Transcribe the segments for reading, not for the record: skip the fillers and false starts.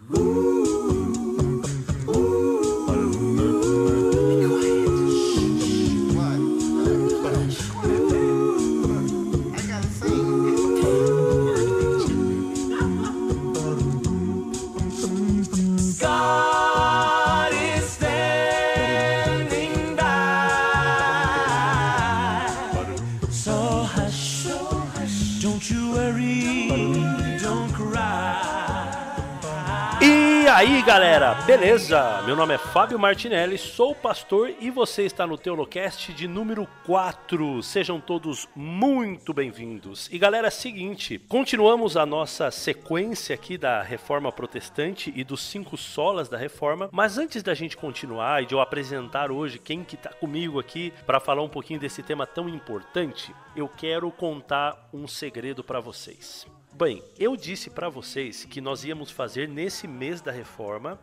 E aí galera, beleza? Meu nome é Fábio Martinelli, sou pastor e você está no Teolocast de número 4. Sejam todos muito bem-vindos. E galera, é o seguinte, continuamos a nossa sequência aqui da Reforma Protestante e dos 5 solas da Reforma, mas antes da gente continuar e de eu apresentar hoje quem que está comigo aqui para falar um pouquinho desse tema tão importante, eu quero contar um segredo para vocês. Bem, eu disse para vocês que nós íamos fazer nesse mês da Reforma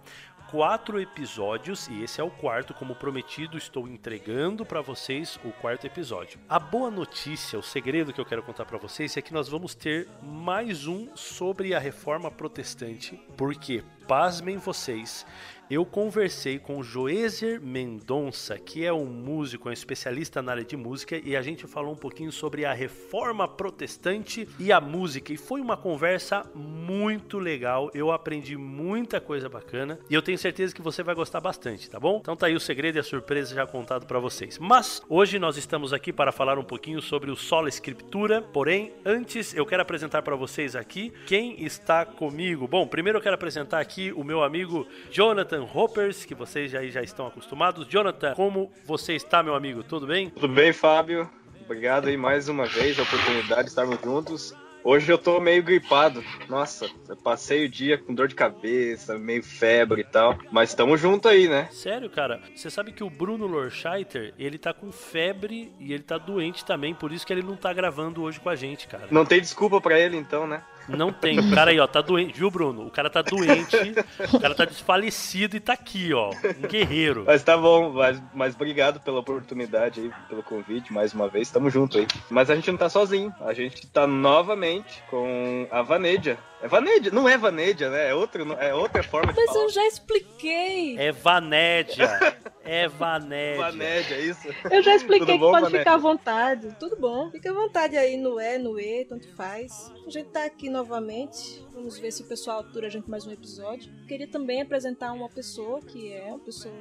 4 episódios, e esse é o 4º, como prometido, estou entregando para vocês o 4º episódio. A boa notícia, o segredo que eu quero contar para vocês é que nós vamos ter mais um sobre a Reforma Protestante, porque, pasmem vocês, eu conversei com o Joézer Mendonça, que é um músico, um especialista na área de música, e a gente falou um pouquinho sobre a Reforma Protestante e a música, e foi uma conversa muito legal, eu aprendi muita coisa bacana, e eu tenho certeza que você vai gostar bastante, tá bom? Então tá aí o segredo e a surpresa já contado para vocês. Mas, hoje nós estamos aqui para falar um pouquinho sobre o Sola Escritura, porém, antes eu quero apresentar para vocês aqui quem está comigo. Bom, primeiro eu quero apresentar aqui o meu amigo Jonathan Hoppers, que vocês já estão acostumados. Jonathan, como você está, meu amigo? Tudo bem? Tudo bem, Fábio. Obrigado aí mais uma vez a oportunidade de estarmos juntos. Hoje eu tô meio gripado. Nossa, eu passei o dia com dor de cabeça, meio febre e tal. Mas estamos juntos aí, né? Sério, cara? Você sabe que o Bruno Lorscheiter, ele tá com febre e ele tá doente também, por isso que ele não tá gravando hoje com a gente, cara. Não tem desculpa pra ele então, né? Não tem. O cara aí, ó, tá doente. Viu, Bruno? O cara tá doente, o cara tá desfalecido e tá aqui, ó. Um guerreiro. Mas tá bom, mas obrigado pela oportunidade aí, pelo convite, mais uma vez. Tamo junto aí. Mas a gente não tá sozinho. A gente tá novamente com a Vanédia. É Vanédia, não é Vanédia, né? É outra forma de Mas falar. eu já expliquei. É Vanédia. É Vanédia. Vanédia, isso. Eu já expliquei Tudo que bom, pode Vanédia? ficar à vontade. Tudo bom. Fica à vontade aí no E, tanto faz. A gente tá aqui novamente. Vamos ver se o pessoal atura a gente mais um episódio. Queria também apresentar uma pessoa que é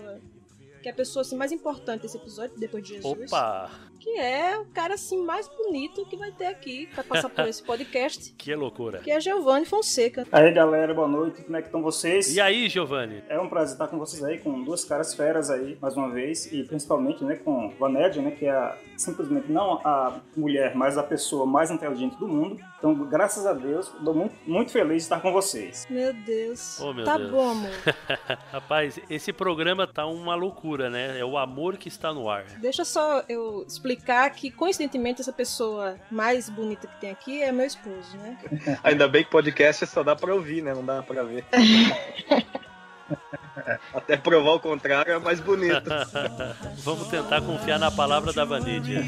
a pessoa assim, mais importante desse episódio, depois de Jesus. Opa! Que é o cara assim mais bonito que vai ter aqui pra passar por esse podcast. Que loucura. Que é Giovanni Fonseca. Aí galera, boa noite, como é que estão vocês? E aí, Giovanni? É um prazer estar com vocês aí, com 2 caras feras aí, mais uma vez, e principalmente, né, com Vanédia, né, que é simplesmente não a mulher, mas a pessoa mais inteligente do mundo. Então, graças a Deus, estou muito feliz de estar com vocês. Meu Deus. Oh, meu tá Deus. bom, amor. Rapaz, esse programa tá uma loucura, né? É o amor que está no ar. Deixa só eu explicar que, coincidentemente, essa pessoa mais bonita que tem aqui é meu esposo, né? Ainda bem que podcast só dá pra ouvir, né? Não dá pra ver. Até provar o contrário é mais bonito. Vamos tentar confiar na palavra da Vanédia.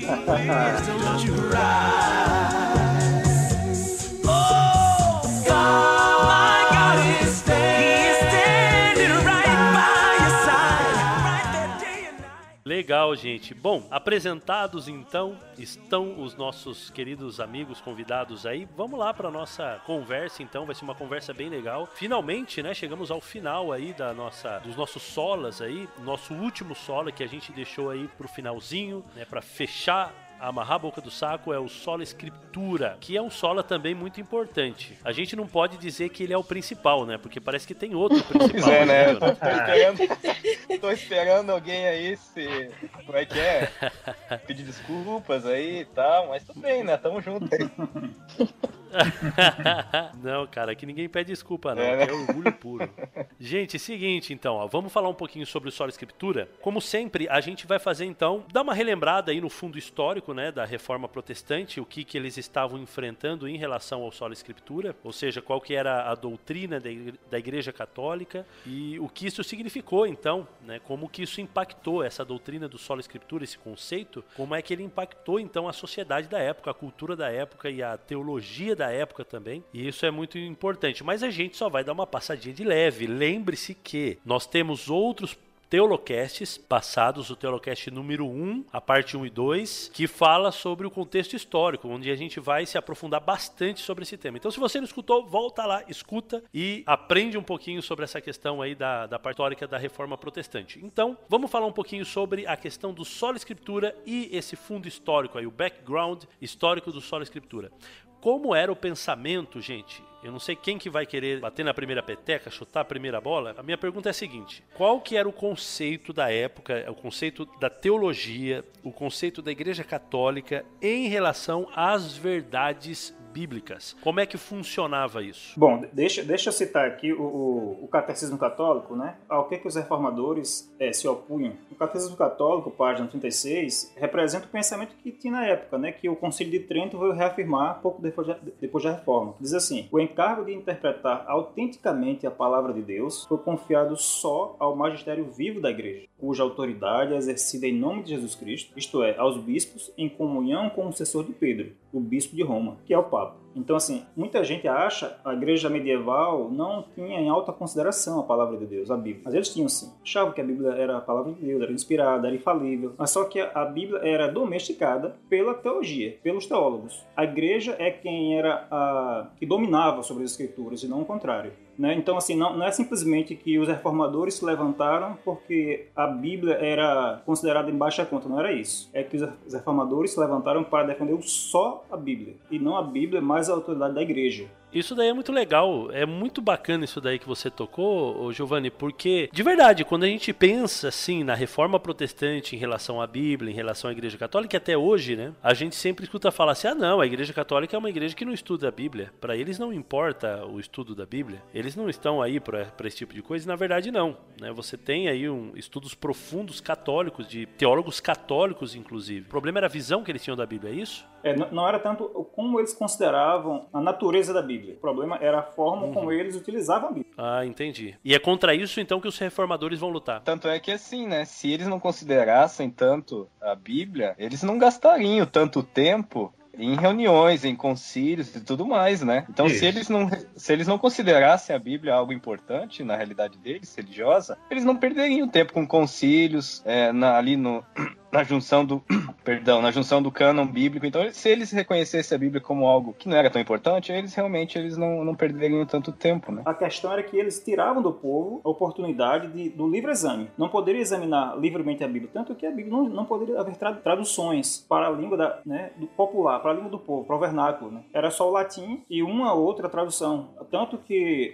Legal, gente. Bom, apresentados então estão os nossos queridos amigos convidados aí. Vamos lá para nossa conversa então, vai ser uma conversa bem legal. Finalmente, né, chegamos ao final aí dos nossos solas aí, nosso último sola que a gente deixou aí pro finalzinho, né, para fechar, amarrar a boca do saco, é o Sola Escritura, que é um sola também muito importante. A gente não pode dizer que ele é o principal, né? Porque parece que tem outro principal. Pois é, né? Né? Tô esperando alguém aí como é que é? Pedir desculpas aí e tal, mas tudo bem, né? Tamo junto aí. Não, cara, aqui ninguém pede desculpa não, né? é orgulho puro. Gente, seguinte então, ó, vamos falar um pouquinho sobre o Sola Escritura. Como sempre, a gente vai fazer então, dar uma relembrada aí no fundo histórico, né, da Reforma Protestante, o que eles estavam enfrentando em relação ao Sola Escritura, ou seja, qual que era a doutrina da Igreja Católica e o que isso significou então, né, como que isso impactou essa doutrina do Sola Escritura, esse conceito, como é que ele impactou então a sociedade da época, a cultura da época e a teologia da época também, e isso é muito importante. Mas a gente só vai dar uma passadinha de leve. Lembre-se que nós temos outros Teolocasts passados, o Teolocast número 1, a parte 1 e 2, que fala sobre o contexto histórico, onde a gente vai se aprofundar bastante sobre esse tema. Então, se você não escutou, volta lá, escuta e aprende um pouquinho sobre essa questão aí da parte histórica da Reforma Protestante. Então, vamos falar um pouquinho sobre a questão do Sola Escritura e esse fundo histórico aí, o background histórico do Sola Escritura. Como era o pensamento, gente? Eu não sei quem que vai querer bater na primeira peteca, chutar a primeira bola. A minha pergunta é a seguinte: qual que era o conceito da época, o conceito da teologia, o conceito da Igreja Católica em relação às verdades bíblicas? Como é que funcionava isso? Bom, deixa eu citar aqui o Catecismo Católico, né? Ao que os reformadores se opunham. O Catecismo Católico, página 36, representa o pensamento que tinha na época, né? Que o Concílio de Trento veio reafirmar pouco depois da Reforma. Diz assim: o encargo de interpretar autenticamente a palavra de Deus foi confiado só ao magistério vivo da Igreja, cuja autoridade é exercida em nome de Jesus Cristo, isto é, aos bispos em comunhão com o sucessor de Pedro, o bispo de Roma, que é o Papa. Então, assim, muita gente acha a igreja medieval não tinha em alta consideração a palavra de Deus, a Bíblia. Mas eles tinham sim. Achavam que a Bíblia era a palavra de Deus, era inspirada, era infalível. Mas só que a Bíblia era domesticada pela teologia, pelos teólogos. A igreja é quem era que dominava sobre as escrituras e não o contrário. Né? Então, assim, não é simplesmente que os reformadores se levantaram porque a Bíblia era considerada em baixa conta, não era isso. É que os reformadores se levantaram para defender só a Bíblia, e não a Bíblia, mas a autoridade da igreja. Isso daí é muito legal, é muito bacana isso daí que você tocou, Giovanni, porque, de verdade, quando a gente pensa, assim, na Reforma Protestante em relação à Bíblia, em relação à Igreja Católica, até hoje, né, a gente sempre escuta falar assim, não, a Igreja Católica é uma igreja que não estuda a Bíblia, para eles não importa o estudo da Bíblia, eles não estão aí para esse tipo de coisa, e na verdade não, né, você tem aí estudos profundos católicos, de teólogos católicos, inclusive. O problema era a visão que eles tinham da Bíblia, é isso? Não era tanto como eles consideravam a natureza da Bíblia. O problema era a forma como eles utilizavam a Bíblia. Ah, entendi. E é contra isso, então, que os reformadores vão lutar. Tanto é que, assim, né? Se eles não considerassem tanto a Bíblia, eles não gastariam tanto tempo em reuniões, em concílios e tudo mais, né? Então, se eles não considerassem a Bíblia algo importante na realidade deles, religiosa, eles não perderiam tempo com concílios, na junção do cânon bíblico. Então, se eles reconhecessem a Bíblia como algo que não era tão importante, eles não perderiam tanto tempo, né? A questão era que eles tiravam do povo a oportunidade do livre exame. Não poderia examinar livremente a Bíblia, tanto que a Bíblia não poderia haver traduções para a língua do popular, para a língua do povo, para o vernáculo, né? Era só o latim e uma outra tradução. Tanto que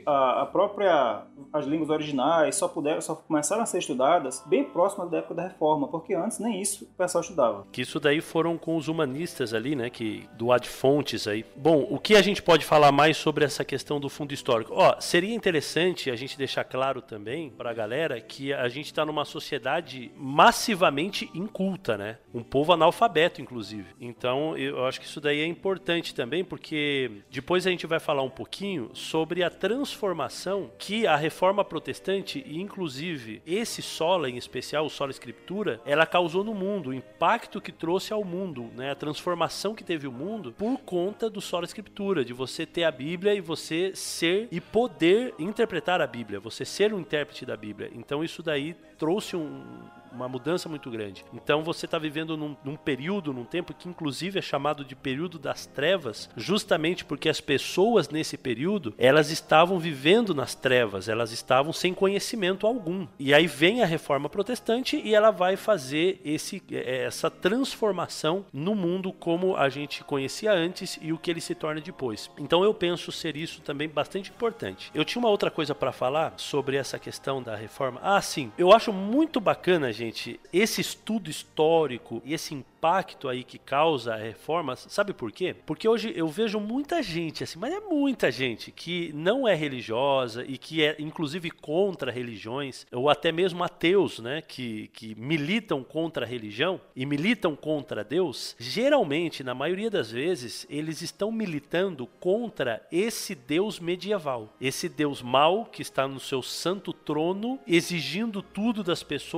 as línguas originais só começaram a ser estudadas bem próximas da época da Reforma, porque antes nem isso o pessoal estudava. Que isso daí foram com os humanistas ali, né, do ad fontes aí. Bom, o que a gente pode falar mais sobre essa questão do fundo histórico? Seria interessante a gente deixar claro também pra galera que a gente tá numa sociedade massivamente inculta, né? Um povo analfabeto, inclusive. Então, eu acho que isso daí é importante também, porque depois a gente vai falar um pouquinho sobre a transformação que a Reforma Protestante, e inclusive esse Sola em especial, o Sola Escritura, ela causou no mundo, o impacto que trouxe ao mundo, né? A transformação que teve o mundo por conta do Sola Escritura, de você ter a Bíblia e você ser e poder interpretar a Bíblia, você ser um intérprete da Bíblia. Então isso daí trouxe uma mudança muito grande. Então você está vivendo num período, num tempo que inclusive é chamado de período das trevas, justamente porque as pessoas nesse período, elas estavam vivendo nas trevas, elas estavam sem conhecimento algum. E aí vem a Reforma Protestante e ela vai fazer essa transformação no mundo como a gente conhecia antes e o que ele se torna depois. Então eu penso ser isso também bastante importante. Eu tinha uma outra coisa para falar sobre essa questão da Reforma. Sim, eu acho muito bacana, gente, esse estudo histórico e esse impacto aí que causa a reforma. Sabe por quê? Porque hoje eu vejo muita gente, assim, mas é muita gente que não é religiosa e que é inclusive contra religiões, ou até mesmo ateus, né, que militam contra a religião e militam contra Deus. Geralmente, na maioria das vezes, eles estão militando contra esse Deus medieval, esse Deus mau que está no seu santo trono, exigindo tudo das pessoas e causando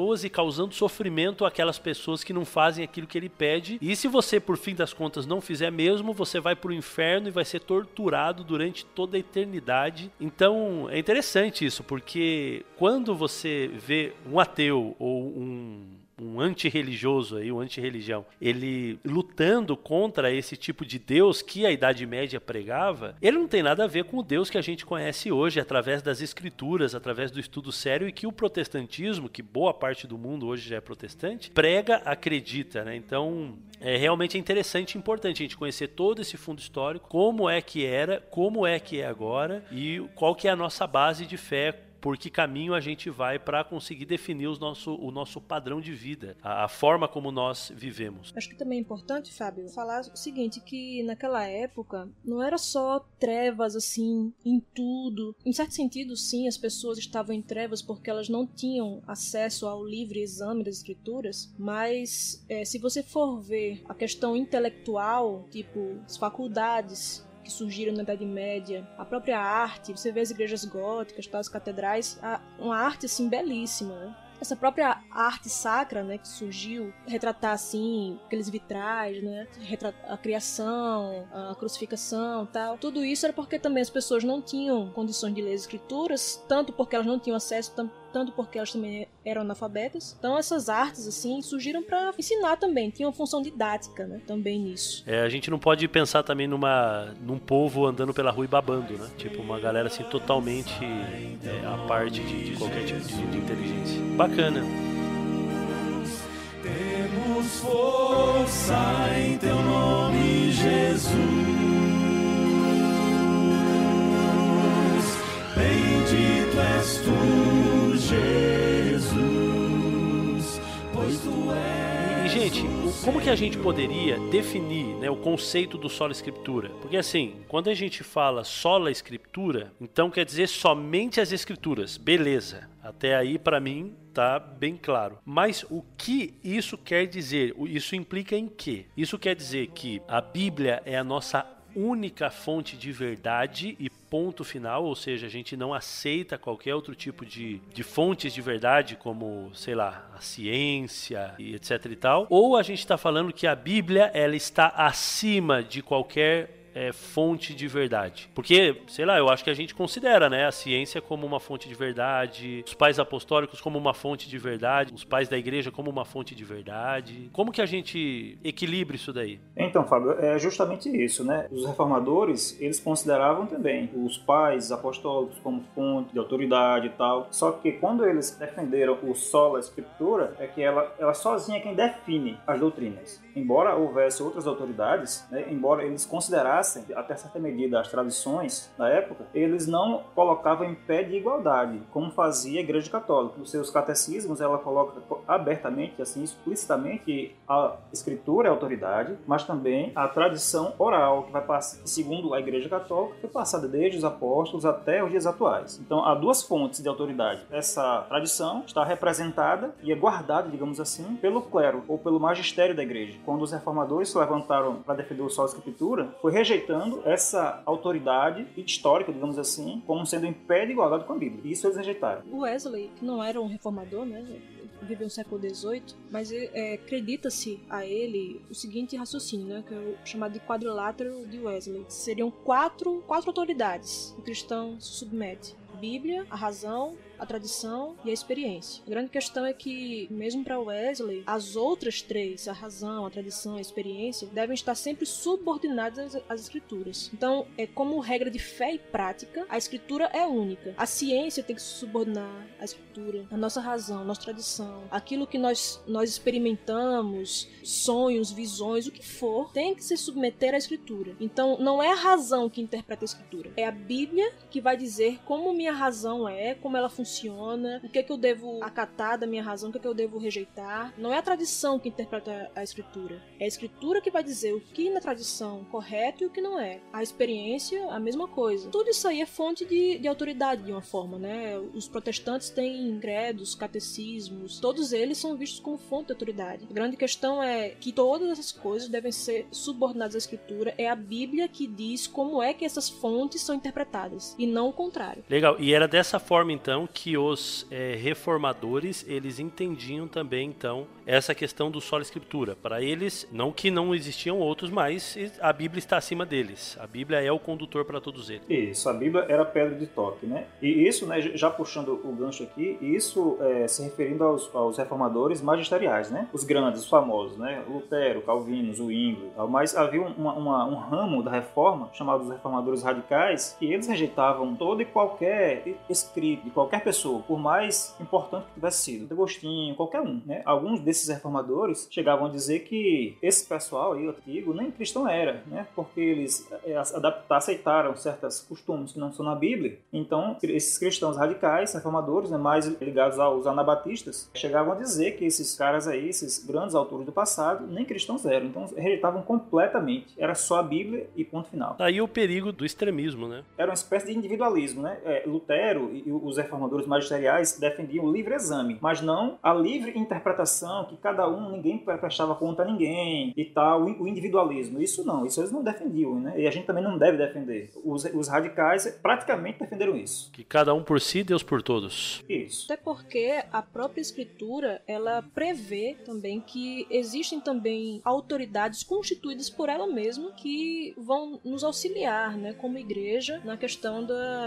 causando sofrimento àquelas pessoas que não fazem aquilo que ele pede. E se você, por fim das contas, não fizer mesmo, você vai pro inferno e vai ser torturado durante toda a eternidade. Então, é interessante isso, porque quando você vê um ateu ou um antirreligioso aí, um antirreligião, ele lutando contra esse tipo de Deus que a Idade Média pregava, ele não tem nada a ver com o Deus que a gente conhece hoje, através das escrituras, através do estudo sério, e que o protestantismo, que boa parte do mundo hoje já é protestante, prega, acredita, né? Então, realmente é interessante e importante a gente conhecer todo esse fundo histórico, como é que era, como é que é agora e qual que é a nossa base de fé, por que caminho a gente vai para conseguir definir o nosso padrão de vida, a forma como nós vivemos. Acho que também é importante, Fábio, falar o seguinte, que naquela época não era só trevas assim em tudo. Em certo sentido, sim, as pessoas estavam em trevas porque elas não tinham acesso ao livre exame das escrituras, mas se você for ver a questão intelectual, tipo as faculdades que surgiram na Idade Média, a própria arte, você vê as igrejas góticas, as catedrais, uma arte assim belíssima, né? Essa própria arte sacra, né, que surgiu, retratar assim aqueles vitrais, né, a criação, a crucificação, tal. Tudo isso era porque também as pessoas não tinham condições de ler as escrituras, tanto porque elas não tinham acesso, tanto porque elas também eram analfabetas. Então essas artes assim surgiram para ensinar também, tinham uma função didática, né, também nisso. A gente não pode pensar também num povo andando pela rua e babando, né? Tipo uma galera assim totalmente à parte de qualquer tipo de inteligência. Bacana. Temos força em teu nome, Jesus. Bendito és tu, Jesus, pois tu és. E, gente, como que a gente poderia definir, né, o conceito do sola escritura? Porque assim, quando a gente fala sola escritura, então quer dizer somente as escrituras, beleza. Até aí, para mim, tá bem claro. Mas o que isso quer dizer? Isso implica em quê? Isso quer dizer que a Bíblia é a nossa única fonte de verdade e ponto final, ou seja, a gente não aceita qualquer outro tipo de fontes de verdade, como, sei lá, a ciência e etc e tal, ou a gente está falando que a Bíblia ela está acima de qualquer fonte de verdade. Porque, sei lá, eu acho que a gente considera, né, a ciência como uma fonte de verdade, os pais apostólicos como uma fonte de verdade, os pais da igreja como uma fonte de verdade. Como que a gente equilibra isso daí? Então, Fábio, é justamente isso, né? Os reformadores, eles consideravam também os pais apostólicos como fonte de autoridade e tal. Só que quando eles defenderam o sola escritura, é que ela sozinha é quem define as doutrinas. Embora houvesse outras autoridades, né, embora eles considerassem até certa medida as tradições da época, eles não colocavam em pé de igualdade, como fazia a Igreja Católica. Nos seus catecismos ela coloca abertamente, assim, explicitamente, que a escritura é a autoridade, mas também a tradição oral, que vai passar, segundo a Igreja Católica, foi passada desde os apóstolos até os dias atuais. Então há duas fontes de autoridade. Essa tradição está representada e é guardada, digamos assim, pelo clero ou pelo magistério da Igreja. Quando os reformadores se levantaram para defender o sola escritura, foi rejeitando essa autoridade histórica, digamos assim, como sendo em pé de igualdade com a Bíblia. E isso eles rejeitaram. O Wesley, que não era um reformador, né, viveu no século XVIII, mas acredita-se a ele o seguinte raciocínio, né, que é o chamado de quadrilátero de Wesley. Seriam quatro autoridades que o cristão se submete: a Bíblia, a razão, a tradição e a experiência. A grande questão é que, mesmo para Wesley, as outras três, a razão, a tradição e a experiência, devem estar sempre subordinadas às escrituras. Então, como regra de fé e prática, a escritura é única. A ciência tem que se subordinar à escritura, a nossa razão, a nossa tradição, aquilo que nós experimentamos, sonhos, visões, o que for, tem que se submeter à escritura. Então, não é a razão que interpreta a escritura, é a Bíblia que vai dizer como minha razão é, como ela funciona, o que é que eu devo acatar da minha razão, o que é que eu devo rejeitar. Não é a tradição que interpreta a escritura, é a escritura que vai dizer o que na tradição é correto e o que não é. A experiência, a mesma coisa. Tudo isso aí é fonte de autoridade, de uma forma, né? Os protestantes têm credos, catecismos, todos eles são vistos como fonte de autoridade. A grande questão é que todas essas coisas devem ser subordinadas à escritura. É a Bíblia que diz como é que essas fontes são interpretadas, e não o contrário. Legal, e era dessa forma então que os reformadores, eles entendiam também, então, essa questão do sola escritura. Para eles, não que não existiam outros, mas a Bíblia está acima deles. A Bíblia é o condutor para todos eles. Isso, a Bíblia era a pedra de toque, né? E isso, né, já puxando o gancho aqui, isso se referindo aos reformadores magisteriais, né? Os grandes, os famosos, né? Lutero, Calvino, Zwingli e tal. Mas havia um ramo da reforma, chamado os reformadores radicais, que eles rejeitavam todo e qualquer escrito de qualquer pessoa, por mais importante que tivesse sido, Agostinho, qualquer um, né? Alguns desses reformadores chegavam a dizer que esse pessoal aí, antigo, nem cristão era, né? Porque eles aceitaram certos costumes que não são na Bíblia. Então, esses cristãos radicais, reformadores, né, mais ligados aos anabatistas, chegavam a dizer que esses caras aí, esses grandes autores do passado, nem cristãos eram. Então, rejeitavam completamente. Era só a Bíblia e ponto final. Aí o perigo do extremismo, né? Era uma espécie de individualismo, né? Lutero e os reformadores magisteriais defendiam o livre exame, mas não a livre interpretação, que cada um, ninguém prestava conta a ninguém e tal, o individualismo. Isso não, isso eles não defendiam, né? E a gente também não deve defender. Os radicais praticamente defenderam isso. Que cada um por si, Deus por todos. Isso. Até porque a própria escritura, ela prevê também que existem também autoridades constituídas por ela mesma que vão nos auxiliar, né, como igreja, na questão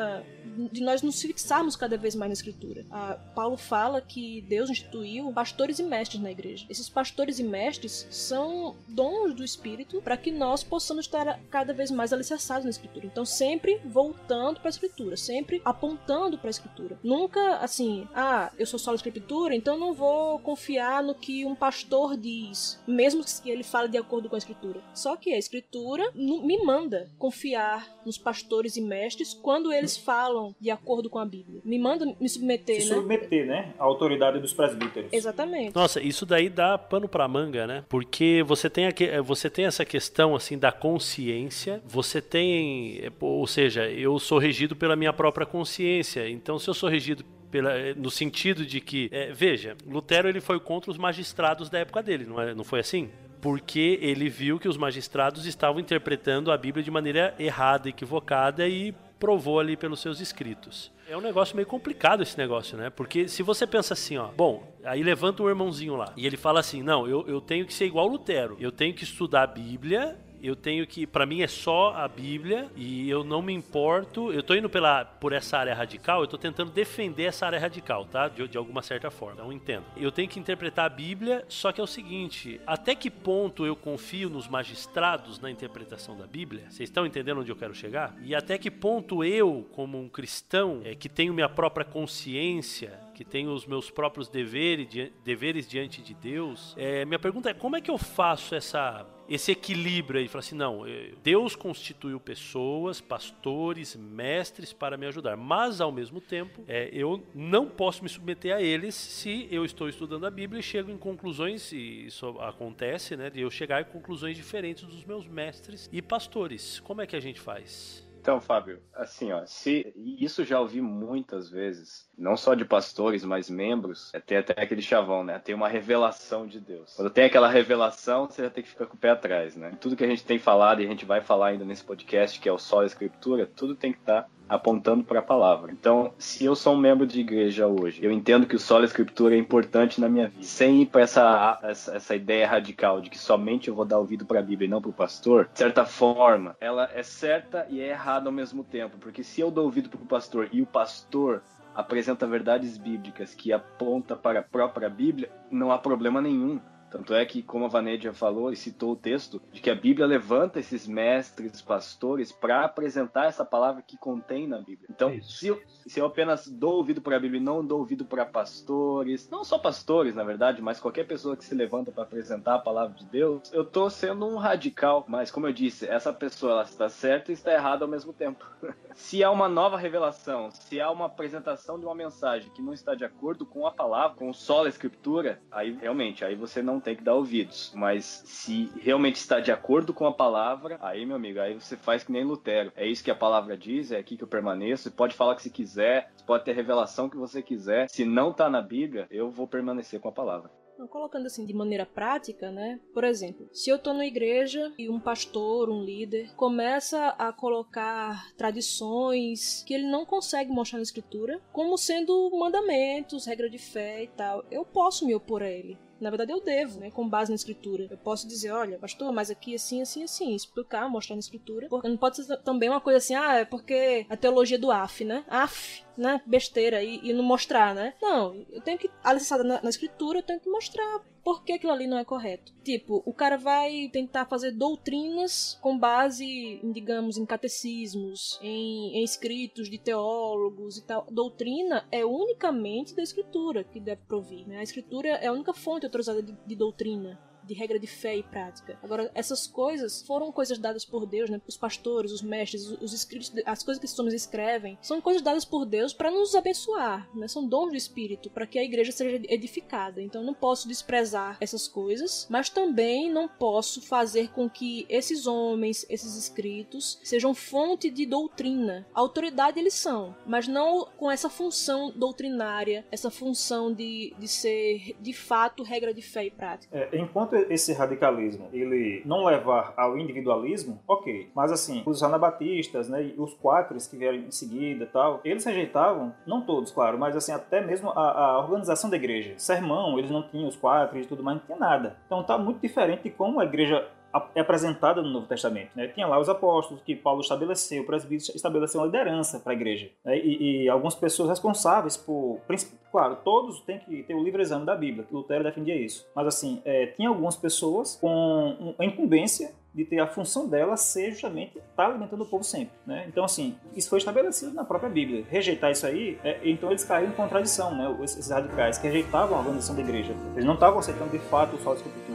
de nós nos fixarmos cada vez mais na escritura. Paulo fala que Deus instituiu pastores e mestres na igreja. Esses pastores e mestres são dons do Espírito para que nós possamos estar cada vez mais alicerçados na escritura. Então, sempre voltando para a escritura, sempre apontando para a escritura. Nunca assim, eu sou só a escritura, então não vou confiar no que um pastor diz, mesmo que ele fale de acordo com a escritura. Só que a escritura me manda confiar nos pastores e mestres quando eles falam de acordo com a Bíblia. Me manda me submeter, submeter, né? À autoridade dos presbíteros. Exatamente. Nossa, isso daí dá pano pra manga, né? Porque você tem essa questão, assim, da consciência, você tem, ou seja, eu sou regido pela minha própria consciência, então se eu sou regido no sentido de que, veja, Lutero ele foi contra os magistrados da época dele, não foi assim? Porque ele viu que os magistrados estavam interpretando a Bíblia de maneira errada, equivocada, e provou ali pelos seus escritos. É um negócio meio complicado esse negócio, né? Porque se você pensa assim, bom, aí levanta um irmãozinho lá e ele fala assim, não, eu tenho que ser igual Lutero, eu tenho que estudar a Bíblia, eu tenho que, pra mim é só a Bíblia e eu não me importo, eu tô indo por essa área radical, eu tô tentando defender essa área radical, tá? De alguma certa forma, então entendo. Eu tenho que interpretar a Bíblia, só que é o seguinte, até que ponto eu confio nos magistrados na interpretação da Bíblia? Vocês estão entendendo onde eu quero chegar? E até que ponto eu, como um cristão, que tenho minha própria consciência, que tenho os meus próprios deveres diante de Deus, minha pergunta é, como é que eu faço esse equilíbrio aí? Falar assim, não, Deus constituiu pessoas, pastores, mestres para me ajudar, mas ao mesmo tempo, eu não posso me submeter a eles se eu estou estudando a Bíblia e chego em conclusões, e isso acontece, né, de eu chegar em conclusões diferentes dos meus mestres e pastores. Como é que a gente faz? Então, Fábio, assim, isso já ouvi muitas vezes, não só de pastores, mas membros, tem até aquele chavão, né? Tem uma revelação de Deus. Quando tem aquela revelação, você já tem que ficar com o pé atrás, né? Tudo que a gente tem falado e a gente vai falar ainda nesse podcast, que é o Só a Escritura, tudo tem que estar apontando para a palavra. Então, se eu sou um membro de igreja hoje, eu entendo que o Sola Escritura é importante na minha vida, sem ir para essa ideia radical de que somente eu vou dar ouvido para a Bíblia e não para o pastor, de certa forma, ela é certa e é errada ao mesmo tempo, porque se eu dou ouvido para o pastor e o pastor apresenta verdades bíblicas que aponta para a própria Bíblia, não há problema nenhum. Tanto é que, como a Vanédia falou e citou o texto, de que a Bíblia levanta esses mestres, pastores, para apresentar essa palavra que contém na Bíblia. Então, se eu apenas dou ouvido para a Bíblia e não dou ouvido para pastores, não só pastores, na verdade, mas qualquer pessoa que se levanta para apresentar a palavra de Deus, eu estou sendo um radical. Mas, como eu disse, essa pessoa ela está certa e está errada ao mesmo tempo. Se há uma nova revelação, se há uma apresentação de uma mensagem que não está de acordo com a palavra, com o Sola Escritura, aí realmente, aí você não tem que dar ouvidos. Mas se realmente está de acordo com a palavra, aí, meu amigo, aí você faz que nem Lutero. É isso que a palavra diz, é aqui que eu permaneço. Você pode falar o que você quiser, você pode ter a revelação que você quiser. Se não está na Bíblia, eu vou permanecer com a palavra. Colocando assim de maneira prática, né? Por exemplo, se eu tô numa igreja e um pastor, um líder, começa a colocar tradições que ele não consegue mostrar na escritura como sendo mandamentos, regra de fé e tal, eu posso me opor a ele. Na verdade, eu devo, né? Com base na escritura. Eu posso dizer, olha, pastor, mas aqui assim, assim, assim. Explicar, mostrar na escritura. Porque não pode ser também uma coisa assim, é porque a teologia do AF, né? AF, né? Besteira. E não mostrar, né? Não, eu tenho que, alicerçada na escritura, eu tenho que mostrar por que aquilo ali não é correto. Tipo, o cara vai tentar fazer doutrinas com base em, digamos, em catecismos, em escritos de teólogos e tal. Doutrina é unicamente da escritura que deve provir, né? A escritura é a única fonte autorizada de doutrina, de regra de fé e prática. Agora, essas coisas foram coisas dadas por Deus, né? Os pastores, os mestres, os escritos, as coisas que os homens escrevem, são coisas dadas por Deus para nos abençoar, né? São dons do Espírito, para que a igreja seja edificada. Então, eu não posso desprezar essas coisas, mas também não posso fazer com que esses homens, esses escritos, sejam fonte de doutrina. A autoridade eles são, mas não com essa função doutrinária, essa função de ser, de fato, regra de fé e prática. Enquanto esse radicalismo ele não levar ao individualismo, ok. Mas assim, os anabatistas, né, e os quáqueros que vieram em seguida, tal, eles rejeitavam, não todos, claro, mas assim até mesmo a organização da igreja. Sermão, eles não tinham os quáqueros e tudo mais, não tinha nada. Então tá muito diferente de como a igreja é apresentada no Novo Testamento, né? Tinha lá os apóstolos que Paulo estabeleceu, o presbítero estabeleceu uma liderança para a igreja, né? E algumas pessoas responsáveis por... Claro, todos têm que ter o livre exame da Bíblia, que Lutero defendia isso. Mas assim, tinha algumas pessoas com a incumbência de ter a função dela ser justamente estar alimentando o povo sempre, né? Então assim, isso foi estabelecido na própria Bíblia. Rejeitar isso aí, então eles caíram em contradição, né? Esses radicais que rejeitavam a organização da igreja. Eles não estavam aceitando de fato só a escritura.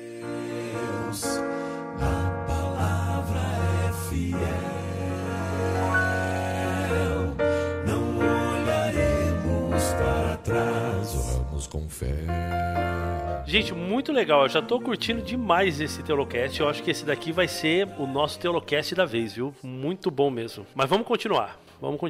A palavra é fiel, não olharemos para trás, vamos com fé. Gente, muito legal, eu já tô curtindo demais esse Teolocast, eu acho que esse daqui vai ser o nosso Teolocast da vez, viu? Muito bom mesmo. Mas vamos continuar.